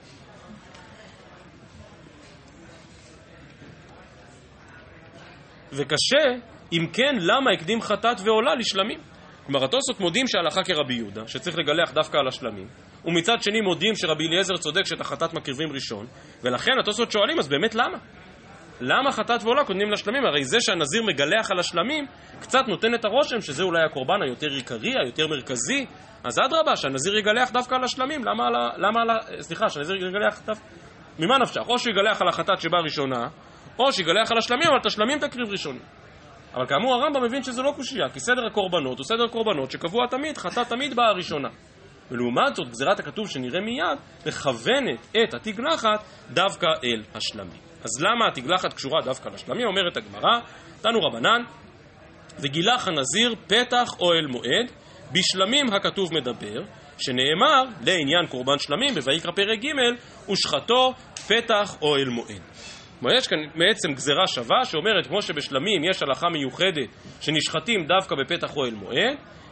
וקשה אם כן למה הקדים חטאת ועולה לשלמים. כלומר התוספות מודים שההלכה כרבי יהודה שצריך לגלח דווקא על השלמים, ומצד שני מודים שרבי אליעזר צודק שאת החטאת מקריבים ראשון, ולכן התוספות שואלים, אז באמת למה? למה חטאת ועולה קודמים לשלמים? הרי זה שהנזיר מגלח על השלמים קצת נותן את הרושם שזה אולי הקורבן היותר עיקרי, היותר מרכזי. אז אדרבה, שהנזיר יגלח דווקא על השלמים. למה על ה... למה על ה... סליחה, שהנזיר יגלח דווקא... ממה נפשך? או שיגלח על החטאת שבאה ראשונה, או שיגלח על השלמים, אבל את השלמים תקריב ראשון. אבל כאמור הרמב"ם מבין שזה לא קושיה, כי סדר הקורבנות הוא סדר הקורבנות שקבוע תמיד, חטאת תמיד באה ראשונה. ולעומת זאת, גזירת הכתוב שנראה מיד, מכוונת את התגלחת דווקא אל השלמים. אז למה התגלחת קשורה דווקא לשלמים? אומרת הגמרא, תנו רבנן, וגילח הנזיר פתח אוהל מועד, בשלמים הכתוב מדבר, שנאמר לעניין קורבן שלמים, בויקרא פרק ג' ושחטו פתח אוהל מועד. יש כאן בעצם גזירה שווה שאומרת, כמו שבשלמים יש הלכה מיוחדת שנשחטים דווקא בפתח אוהל מועד,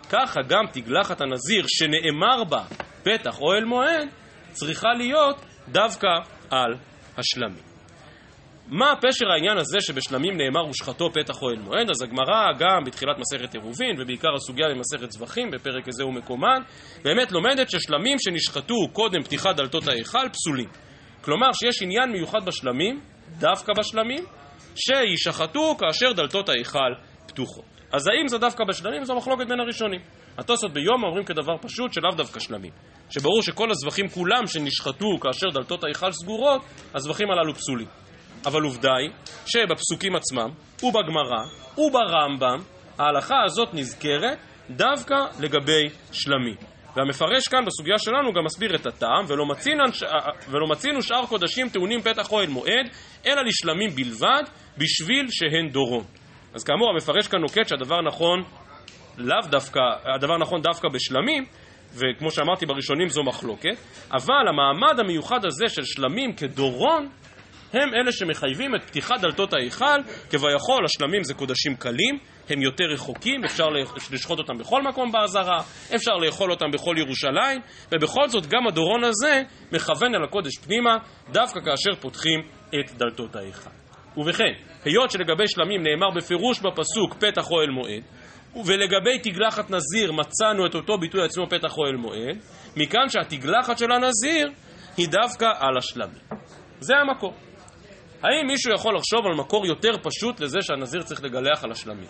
ככה גם תגלחת הנזיר שנאמר בה פתח אוהל מועד, צריכה להיות דווקא על השלמים. מה פשר העניין הזה שבשלמים נאמר ושחתו פתח אוהל מועד? אז הגמרא גם בתחילת מסכת עירובין ובעיקר הסוגיה במסכת זבחים בפרק הזה ומקומן באמת לומדת ששלמים שנשחטו קודם פתיחת דלתות ההיכל פסולים. כלומר שיש עניין מיוחד בשלמים, דווקא בשלמים, שישחטו כאשר דלתות ההיכל פתוחות. אז האם זה דווקא בשלמים? זו מחלוקת בין הראשונים. התוספות ביום אומרים כדבר פשוט שלאו דווקא שלמים. שברור שכל הזבחים כולם שנשחטו כאשר דלתות ההיכל סגורות, הזבחים הללו פסולים. אבל עובדה היא שבפסוקים עצמם ובגמרא וברמב"ם ההלכה הזאת נזכרת דווקא לגבי שלמים. והמפרש כאן בסוגיה שלנו גם מסביר את הטעם, ולא מצינו, ולא מצינו שאר קודשים טעונים פתח אוהל מועד אלא לשלמים בלבד בשביל שהן דורון. אז כאמור המפרש כאן נוקט שהדבר נכון לאו דווקא, הדבר נכון דווקא בשלמים, וכמו שאמרתי בראשונים זו מחלוקת, אבל המעמד המיוחד הזה של שלמים כדורון הם אלה שמחייבים את פתיחת דלתות ההיכל, כביכול השלמים זה קודשים קלים, הם יותר רחוקים, אפשר לשחוט אותם בכל מקום בעזרה, אפשר לאכול אותם בכל ירושלים, ובכל זאת גם הדורון הזה מכוון אל הקודש פנימה, דווקא כאשר פותחים את דלתות ההיכל. ובכן, היות שלגבי שלמים נאמר בפירוש בפסוק פתח אוהל מועד, ולגבי תגלחת נזיר מצאנו את אותו ביטוי עצמו פתח אוהל מועד, מכאן שהתגלחת של הנזיר היא דווקא על השלמים. זה המקור. האם מישהו יכול לחשוב על מקור יותר פשוט לזה שהנזיר צריך לגלח על השלמים?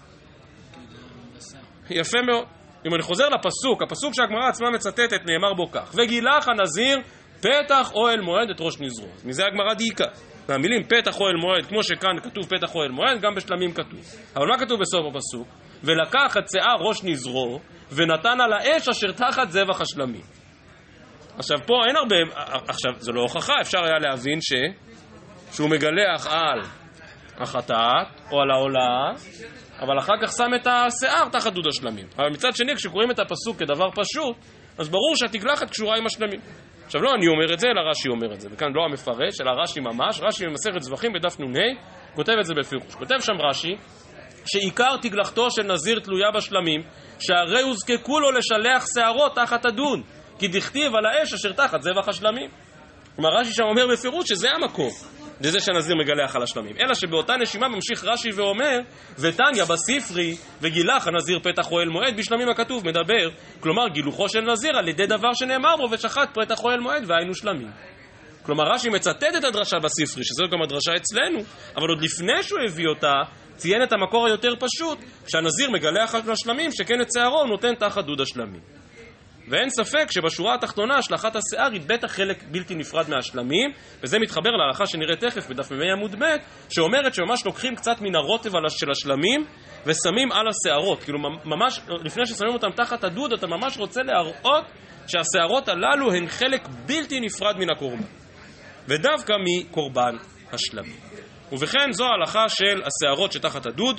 יפה מאוד. אם אני חוזר לפסוק, הפסוק שהגמרא עצמה מצטטת נאמר בו כך: וגילח הנזיר פתח אוהל מועד את ראש נזרו. מזה הגמרא דייקה. והמילים פתח אוהל מועד, כמו שכאן כתוב פתח אוהל מועד, גם בשלמים כתוב. אבל מה כתוב בסוף הפסוק? ולקח את שיער ראש נזרו ונתן על האש אשר תחת זבח השלמים. עכשיו פה אין הרבה, עכשיו זה לא הוכחה, אפשר היה להבין ש... שהוא מגלח על החטאת או על העולה, אבל אחר כך שם את השיער תחת דוד השלמים. אבל מצד שני, כשקוראים את הפסוק כדבר פשוט, אז ברור שהתגלחת קשורה עם השלמים. עכשיו לא אני אומר את זה, אלא רש"י אומר את זה, וכאן לא המפרש, אלא רש"י ממש, רש"י במסכת זבחים בדף נ"ה, כותב את זה בפירוש. כותב שם רש"י, שעיקר תגלחתו של נזיר תלויה בשלמים, שהרי הוזקקו לו לשלח שערות תחת הדוד, כי דכתיב על האש אשר תחת זבח השלמים. כלומר רש"י שם אומר בפירוש שזה המקור, לזה שהנזיר מגלח על השלמים. אלא שבאותה נשימה ממשיך רש"י ואומר, ותניא בספרי וגילח הנזיר פתח אוהל מועד בשלמים הכתוב מדבר, כלומר גילוחו של נזיר על ידי דבר שנאמר בו ושחט פתח אוהל מועד והיינו שלמים. כלומר רש"י מצטט את הדרשה בספרי, שזו גם הדרשה אצלנו, אבל עוד לפני שהוא הביא אותה, ציין את המקור היותר פשוט, שהנזיר מגלח על השלמים, שכן את שערו הוא נותן תחת דוד השלמים. ואין ספק שבשורה התחתונה השלכת השיער היא בטח חלק בלתי נפרד מהשלמים, וזה מתחבר להלכה שנראה תכף בדף מ"ה עמוד ב', שאומרת שממש לוקחים קצת מן הרוטב של השלמים ושמים על השערות. כאילו ממש לפני ששמים אותם תחת הדוד, אתה ממש רוצה להראות שהשערות הללו הן חלק בלתי נפרד מן הקורבן, ודווקא מקורבן השלמים. ובכן זו ההלכה של השערות שתחת הדוד,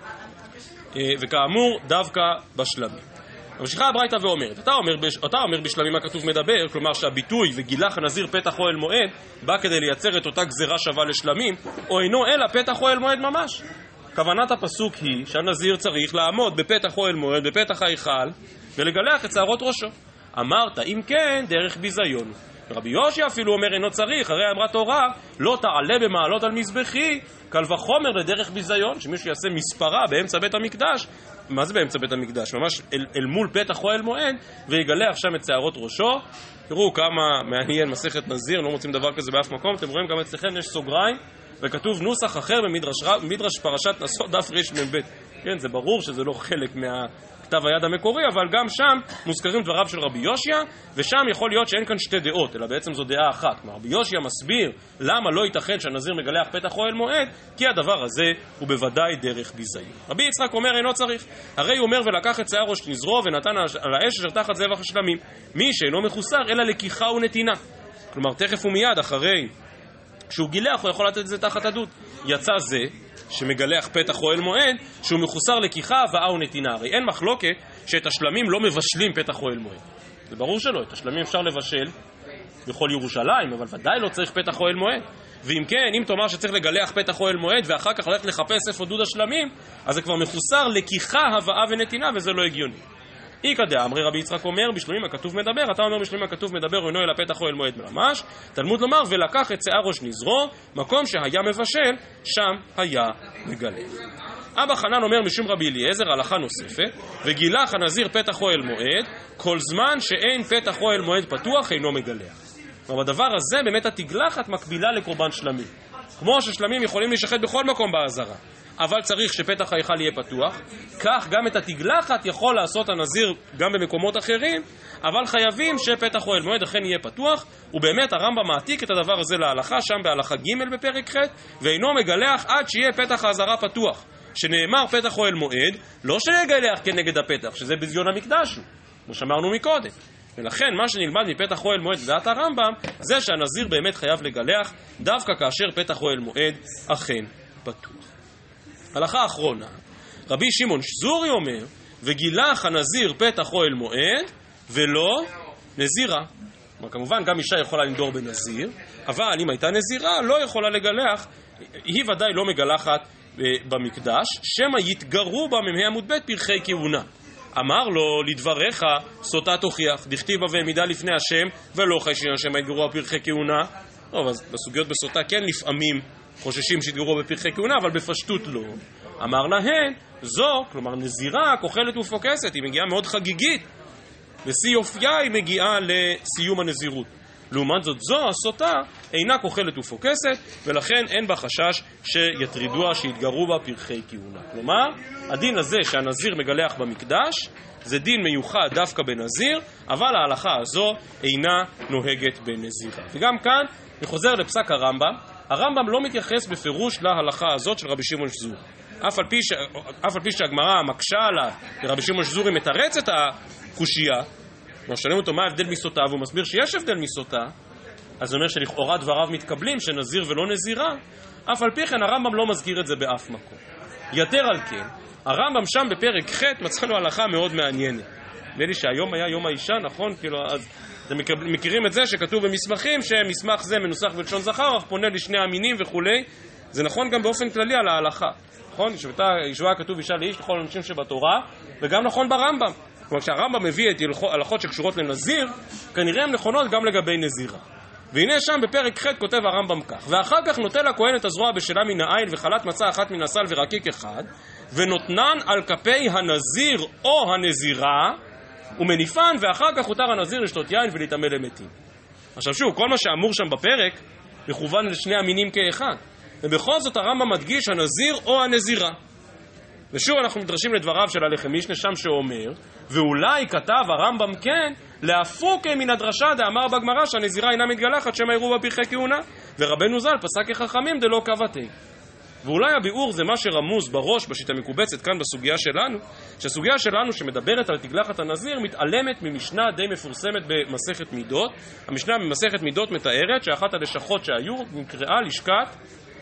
וכאמור דווקא בשלמים. ממשיכה הברייתא ואומרת, אתה אומר, אתה אומר בשלמים הכתוב מדבר, כלומר שהביטוי וגילח הנזיר פתח אוהל מועד בא כדי לייצר את אותה גזרה שווה לשלמים, או אינו אלא פתח אוהל מועד ממש. כוונת הפסוק היא שהנזיר צריך לעמוד בפתח אוהל מועד, בפתח ההיכל, ולגלח את שערות ראשו. אמרת, אם כן, דרך ביזיון. רבי יושי אפילו אומר אינו צריך, הרי אמרה תורה, לא תעלה במעלות על מזבחי, קל וחומר לדרך ביזיון, שמישהו יעשה מספרה באמצע בית המקדש. מה זה באמצע בית המקדש? ממש אל, אל מול פתח אוהל מועד, ויגלח שם את שערות ראשו. תראו כמה מעניין מסכת נזיר, לא מוצאים דבר כזה באף מקום. אתם רואים גם אצלכם יש סוגריים, וכתוב נוסח אחר במדרש פרשת נשוא דף רמ"ב. כן, זה ברור שזה לא חלק מהכתב היד המקורי, אבל גם שם מוזכרים דבריו של רבי יושע, ושם יכול להיות שאין כאן שתי דעות, אלא בעצם זו דעה אחת. רבי יושע מסביר למה לא ייתכן שהנזיר מגלח פתח אוהל מועד, כי הדבר הזה הוא בוודאי דרך ביזיון. רבי יצחק אומר אינו צריך, הרי הוא אומר ולקח את שיער ראש נזרו ונתן על האש אשר תחת זבח השלמים, מי שאינו מחוסר אלא לקיחה ונתינה. כלומר תכף ומיד אחרי שהוא גילח הוא יכול לתת את זה תחת הדוד. יצא זה שמגלח פתח אוהל מועד שהוא מחוסר לקיחה, הבאה ונתינה. הרי אין מחלוקת שאת השלמים לא מבשלים פתח אוהל מועד, זה ברור שלא, את השלמים אפשר לבשל בכל ירושלים, אבל ודאי לא צריך פתח אוהל מועד. ואם כן, אם תאמר שצריך לגלח פתח אוהל מועד ואחר כך הולך לחפש איפה דוד השלמים, אז זה כבר מחוסר לקיחה, הבאה ונתינה, וזה לא הגיוני. איקא דאמרי רבי יצחק אומר בשלומים הכתוב מדבר, אתה אומר בשלומים הכתוב מדבר אינו אלא פתח אוהל מועד ממש. תלמוד לומר ולקח את שיער ראש נזרו, מקום שהיה מבשל שם היה מגלח. אבא חנן אומר משום רבי אליעזר הלכה נוספת, וגילח הנזיר פתח אוהל מועד כל זמן שאין פתח אוהל מועד פתוח אינו מגלח. ובדבר הזה באמת התגלחת מקבילה לקורבן שלמים. כמו ששלמים יכולים להישחט בכל מקום בעזרה, אבל צריך שפתח ההיכל יהיה פתוח, כך גם את התגלחת יכול לעשות הנזיר גם במקומות אחרים, אבל חייבים שפתח אוהל מועד אכן יהיה פתוח, ובאמת הרמב"ם מעתיק את הדבר הזה להלכה, שם בהלכה ג' בפרק ח', ואינו מגלח עד שיהיה פתח האזהרה פתוח, שנאמר פתח אוהל מועד, לא שיגלח כנגד הפתח, שזה בזיון המקדש, כמו שאמרנו מקודם. ולכן מה שנלמד מפתח אוהל מועד לדעת הרמב"ם, זה שהנזיר באמת חייב לגלח, דווקא כאשר פתח אוהל מועד אכן פתוח. הלכה האחרונה, רבי שמעון שזורי אומר, וגילח הנזיר פתח אוהל מועד ולא נזירה. כמובן גם אישה יכולה לנדור בנזיר, אבל אם הייתה נזירה לא יכולה לגלח, היא ודאי לא מגלחת במקדש, שמא יתגרו בה ממי עמוד ב' פרחי כהונה. אמר לו לדבריך סוטה תוכיח, דכתיב והעמידה לפני השם ולא חיישין השם יתגרו בפרחי כהונה. טוב, אז בסוגיות בסוטה כן לפעמים חוששים שיתגרו בפרחי כהונה, אבל בפשטות לא. אמר להן, זו, כלומר נזירה, כוחלת ופוקסת, היא מגיעה מאוד חגיגית, ושיא יופייה היא מגיעה לסיום הנזירות. לעומת זאת זו, הסוטה, אינה כוחלת ופוקסת, ולכן אין בה חשש שיטרידוה, שיתגרו בה פרחי כהונה. כלומר, הדין הזה שהנזיר מגלח במקדש, זה דין מיוחד דווקא בנזיר, אבל ההלכה הזו אינה נוהגת בנזירה. וגם כאן, אני חוזר לפסק הרמב"ם, הרמב"ם לא מתייחס בפירוש להלכה הזאת של רבי שמעון שזורי. אף על פי, ש... אף על פי שהגמרא מקשה עליו, ורבי שמעון שזורי מתרץ את הקושייה, ושואלים אותו מה ההבדל מסוטה, והוא מסביר שיש הבדל מסוטה, אז הוא אומר שלכאורה דבריו מתקבלים שנזיר ולא נזירה, אף על פי כן הרמב"ם לא מזכיר את זה באף מקום. יתר על כן, הרמב"ם שם בפרק ח' מצאנו הלכה מאוד מעניינת. נראה לי שהיום היה יום האישה, נכון? כאילו, אז אתם מכירים את זה שכתוב במסמכים שמסמך זה מנוסח בלשון זכר, אך פונה לשני המינים וכולי. זה נכון גם באופן כללי על ההלכה. נכון? ישועה כתוב אישה לאיש לכל אנשים שבתורה, וגם נכון ברמב"ם. כלומר, כשהרמב"ם מביא את הלכות שקשורות לנזיר, כנראה הן נכונות גם לגבי נזירה. והנה שם בפרק ח' כותב הרמב"ם כך, ואחר כך נוטל הכהן את הזרוע בשלה מן העין וחלת מצה אחת מן הסל ורקיק אחד, ונותנן על כפי הנזיר או הנזירה, ומניפן, ואחר כך הותר הנזיר לשתות יין ולהתאמה למתים. עכשיו שוב, כל מה שאמור שם בפרק מכוון לשני המינים כאחד, ובכל זאת הרמב"ם מדגיש הנזיר או הנזירה. ושוב אנחנו מדרשים לדבריו של הלחם משנה שם שאומר, ואולי כתב הרמב"ם כן, להפוק מן הדרשה דאמר בגמרא שהנזירה אינה מתגלחת שמא יראו בה פרחי כהונה, ורבנו ז"ל פסק כחכמים דלא קבתי. ואולי הביאור זה מה שרמוז בראש בשיטה מקובצת כאן בסוגיה שלנו, שהסוגיה שלנו שמדברת על תגלחת הנזיר מתעלמת ממשנה די מפורסמת במסכת מידות. המשנה במסכת מידות מתארת שאחת הלשכות שהיו נקראה לשכת,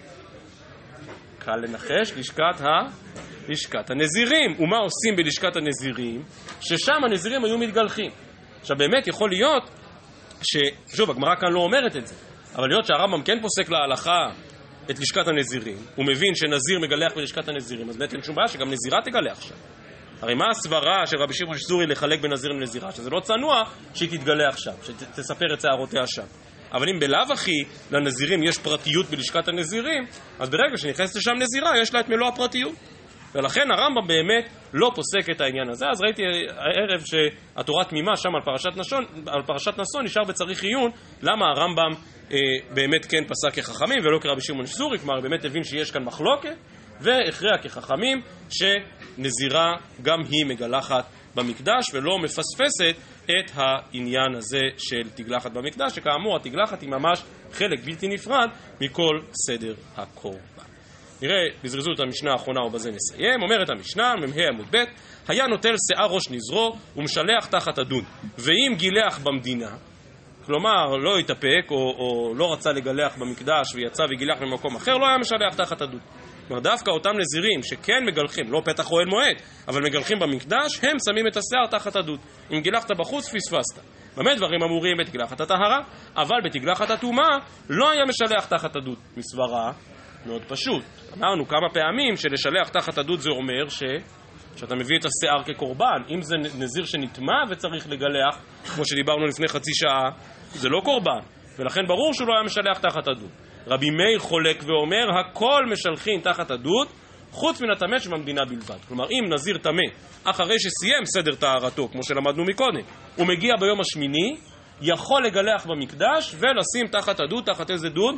קל לנחש, לשכת ה... לשכת הנזירים. ומה עושים בלשכת הנזירים? ששם הנזירים היו מתגלחים. עכשיו באמת יכול להיות ש... שוב, הגמרא כאן לא אומרת את זה, אבל להיות שהרמב"ם כן פוסק להלכה את לשכת הנזירים, הוא מבין שנזיר מגלח בלשכת הנזירים, אז באמת אין שום בעיה שגם נזירה תגלח שם. הרי מה הסברה של רבי שמעון שזורי לחלק בין נזיר לנזירה? שזה לא צנוע שהיא תתגלח שם, שתספר את שערותיה שם. אבל אם בלאו הכי לנזירים יש פרטיות בלשכת הנזירים, אז ברגע שנכנסת לשם נזירה יש לה את מלוא הפרטיות. ולכן הרמב"ם באמת לא פוסק את העניין הזה. אז ראיתי הערב שהתורה תמימה שם על פרשת נשון, על פרשת נשון נשאר בצריך עיון למה הרמב"ם אה, באמת כן פסק כחכמים ולא כרבי שמעון שזורי, כלומר באמת הבין שיש כאן מחלוקת והכריע כחכמים שנזירה גם היא מגלחת במקדש ולא מפספסת את העניין הזה של תגלחת במקדש, שכאמור התגלחת היא ממש חלק בלתי נפרד מכל סדר הקורבן. נראה בזריזות את המשנה האחרונה ובזה נסיים. אומרת המשנה, ממהה עמוד ב', היה נוטל שיער ראש נזרו ומשלח תחת הדון, ואם גילח במדינה, כלומר לא התאפק או, או לא רצה לגלח במקדש ויצא וגילח במקום אחר, לא היה משלח תחת הדון. כלומר דווקא אותם נזירים שכן מגלחים, לא פתח אוהל מועד, אבל מגלחים במקדש, הם שמים את השיער תחת הדון. אם גילחת בחוץ פספסת. באמת דברים אמורים בתגלחת הטהרה, אבל בתגלחת הטומאה לא היה משלח תחת הדון. מסברה מאוד פשוט. אמרנו כמה פעמים שלשלח תחת הדוד זה אומר ש... שאתה מביא את השיער כקורבן. אם זה נזיר שנטמע וצריך לגלח, כמו שדיברנו לפני חצי שעה, זה לא קורבן, ולכן ברור שהוא לא היה משלח תחת הדוד. רבי מאיר חולק ואומר, הכל משלחים תחת הדוד, חוץ מן הטמא שבמדינה בלבד. כלומר, אם נזיר טמא, אחרי שסיים סדר טהרתו, כמו שלמדנו מקודם, הוא מגיע ביום השמיני, יכול לגלח במקדש ולשים תחת הדוד. תחת איזה דוד?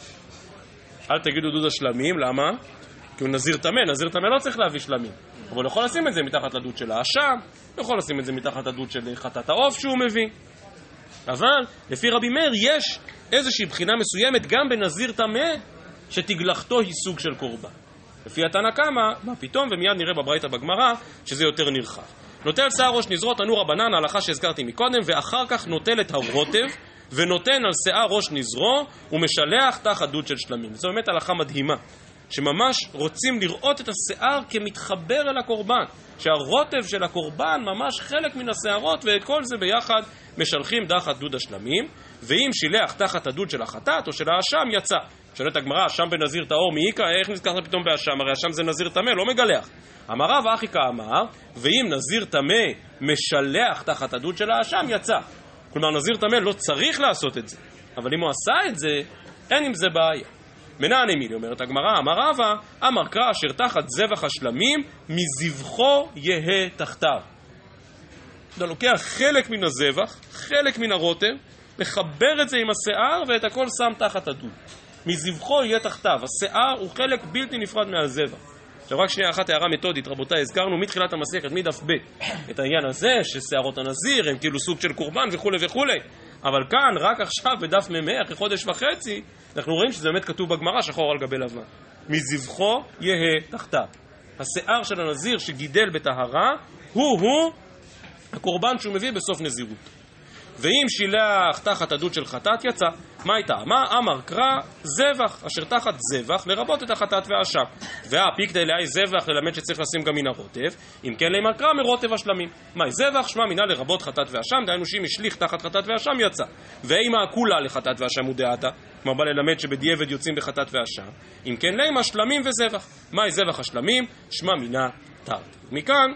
אל תגידו דוד השלמים, למה? כי הוא נזיר טמא, נזיר טמא לא צריך להביא שלמים. אבל הוא יכול לשים את זה מתחת לדוד של האשם, הוא יכול לשים את זה מתחת לדוד של חטאת העוף שהוא מביא. אבל לפי רבי מאיר יש איזושהי בחינה מסוימת גם בנזיר טמא שתגלחתו היא סוג של קורבן. לפי התנא קמא, מה פתאום, ומיד נראה בברייתא בגמרא שזה יותר נרחב. נוטל שיער ראש נזרו, תנו רבנן, ההלכה שהזכרתי מקודם, ואחר כך נוטל את הרוטב ונותן על שיער ראש נזרו ומשלח תחת דוד של שלמים. זו באמת הלכה מדהימה, שממש רוצים לראות את השיער כמתחבר אל הקורבן, שהרוטב של הקורבן ממש חלק מן השערות, ואת כל זה ביחד משלחים תחת דוד השלמים. ואם שילח תחת הדוד של החטאת או של האשם יצא. שואלת הגמרא, האשם בנזיר טהור מאיקה, איך נזכרת פתאום באשם? הרי האשם זה נזיר טמא, לא מגלח. אמר רב אחיקה אמר, ואם נזיר טמא משלח תחת הדוד של האשם יצא. כלומר, נזיר טמא לא צריך לעשות את זה, אבל אם הוא עשה את זה, אין עם זה בעיה. מנעני מילי, אומרת הגמרא, אמר רבא, אמר קרא אשר תחת זבח השלמים, מזבחו יהא תחתיו. אתה לוקח חלק מן הזבח, חלק מן הרוטב, מחבר את זה עם השיער ואת הכל שם תחת הדוד. מזבחו יהיה תחתיו. השיער הוא חלק בלתי נפרד מהזבח. עכשיו רק שנייה אחת הערה מתודית, רבותיי, הזכרנו מתחילת המסכת, מדף ב' את העניין הזה ששיערות הנזיר הם כאילו סוג של קורבן וכו' וכו'. אבל כאן, רק עכשיו בדף מ"ה, אחרי חודש וחצי, אנחנו רואים שזה באמת כתוב בגמרא שחור על גבי לבן. מזבחו יהא תחתיו. השיער של הנזיר שגידל בטהרה הוא-הוא הקורבן שהוא מביא בסוף נזירות. ואם שילח תחת הדוד של חטאת יצא. מה הייתה? מה אמר קרא זבח אשר תחת זבח לרבות את החטאת והאשם. והפיקדא לאי זבח ללמד שצריך לשים גם מן הרוטב, אם כן לאמר קרא מרוטב השלמים. מה זבח? שמע מינה לרבות חטאת והאשם, דהיינו שאם השליך תחת חטאת והאשם יצא. ואימה כולה לחטאת והאשם ודעתה, כלומר בא ללמד שבדיעבד יוצאים בחטאת והאשם, אם כן לאמר שלמים וזבח. מה זבח השלמים? שמע מינה תרתי. מכאן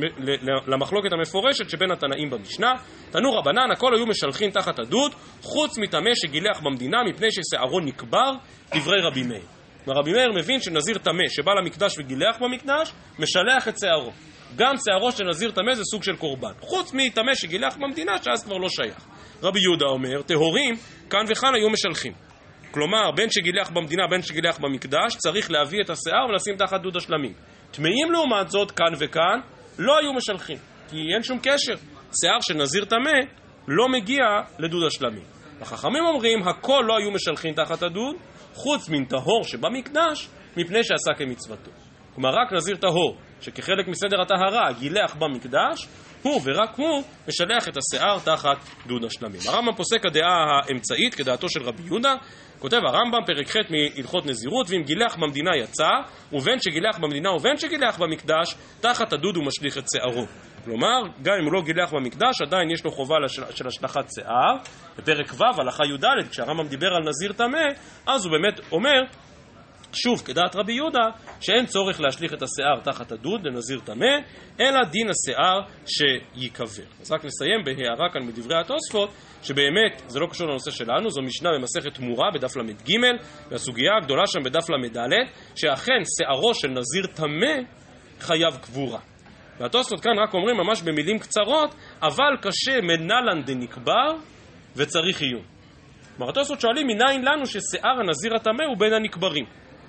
למחלוקת המפורשת שבין התנאים במשנה, תנו רבנן, הכל היו משלחים תחת הדוד, חוץ מטמא שגילח במדינה מפני ששערו נקבר, דברי רבי מאיר. רבי מאיר מבין שנזיר טמא שבא למקדש וגילח במקדש, משלח את שערו. גם שערו של נזיר טמא זה סוג של קורבן, חוץ מטמא שגילח במדינה שאז כבר לא שייך. רבי יהודה אומר, טהורים כאן וכאן היו משלחים. כלומר, בין שגילח במדינה, בין שגילח במקדש, צריך להביא את השיער ולשים תחת דוד השלמים. טמאים לעומת זאת, כאן וכאן, לא היו משלחים, כי אין שום קשר. שיער של נזיר טמא לא מגיע לדוד השלמים. החכמים אומרים, הכל לא היו משלחים תחת הדוד, חוץ מן טהור שבמקדש, מפני שעשה כמצוותו. כלומר, רק נזיר טהור, שכחלק מסדר הטהרה גילח במקדש, הוא ורק הוא משלח את השיער תחת דוד השלמים. הרמב"ם פוסק הדעה האמצעית, כדעתו של רבי יהודה, כותב הרמב"ם פרק ח' מהלכות נזירות, ואם גילח במדינה יצא, ובין שגילח במדינה ובין שגילח במקדש, תחת הדוד הוא משליך את שיערו. כלומר, גם אם הוא לא גילח במקדש, עדיין יש לו חובה של השלכת שיער. בפרק ו' הלכה י"ד, כשהרמב"ם דיבר על נזיר טמא, אז הוא באמת אומר, שוב, כדעת רבי יהודה, שאין צורך להשליך את השיער תחת הדוד לנזיר טמא, אלא דין השיער שיקבר. אז רק נסיים בהערה כאן מדברי התוספות, שבאמת זה לא קשור לנושא שלנו, זו משנה במסכת תמורה בדף למד ג', והסוגיה הגדולה שם בדף למד ד', שאכן שיערו של נזיר טמא חייב קבורה. והתוספות כאן רק אומרים ממש במילים קצרות, אבל קשה מנלן דנקבר וצריך עיון. כלומר, התוספות שואלים מניין לנו ששיער הנזיר הטמא הוא בין הנקברים.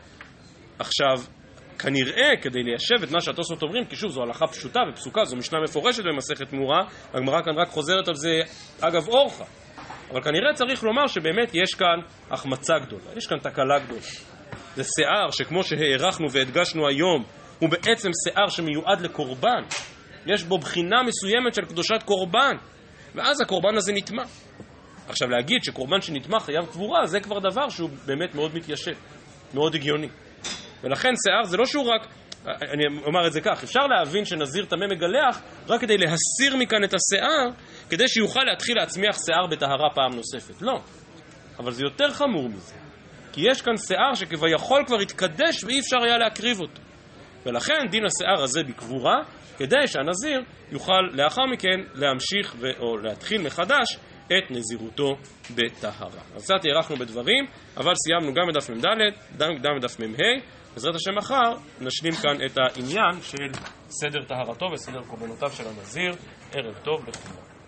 עכשיו, כנראה, כדי ליישב את מה שהתוספות אומרים, כי שוב, זו הלכה פשוטה ופסוקה, זו משנה מפורשת במסכת תמורה, הגמרא כאן רק חוזרת על זה אגב אורחה. אבל כנראה צריך לומר שבאמת יש כאן החמצה גדולה, יש כאן תקלה גדולה. זה שיער שכמו שהערכנו והדגשנו היום, הוא בעצם שיער שמיועד לקורבן. יש בו בחינה מסוימת של קדושת קורבן, ואז הקורבן הזה נטמע. עכשיו, להגיד שקורבן שנטמע חייב קבורה, זה כבר דבר שהוא באמת מאוד מתיישב, מאוד הגיוני. ולכן שיער זה לא שהוא רק, אני אומר את זה כך, אפשר להבין שנזיר טמא מגלח רק כדי להסיר מכאן את השיער, כדי שיוכל להתחיל להצמיח שיער בטהרה פעם נוספת. לא, אבל זה יותר חמור מזה, כי יש כאן שיער שכביכול כבר התקדש ואי אפשר היה להקריב אותו. ולכן דין השיער הזה בקבורה, כדי שהנזיר יוכל לאחר מכן להמשיך ו... או להתחיל מחדש את נזירותו בטהרה. אז קצת הארכנו בדברים, אבל סיימנו גם בדף מ"ד, גם בדף מ"ה. בעזרת השם מחר נשלים כאן את העניין של סדר טהרתו וסדר קורבנותיו של הנזיר. ערב טוב לכולם.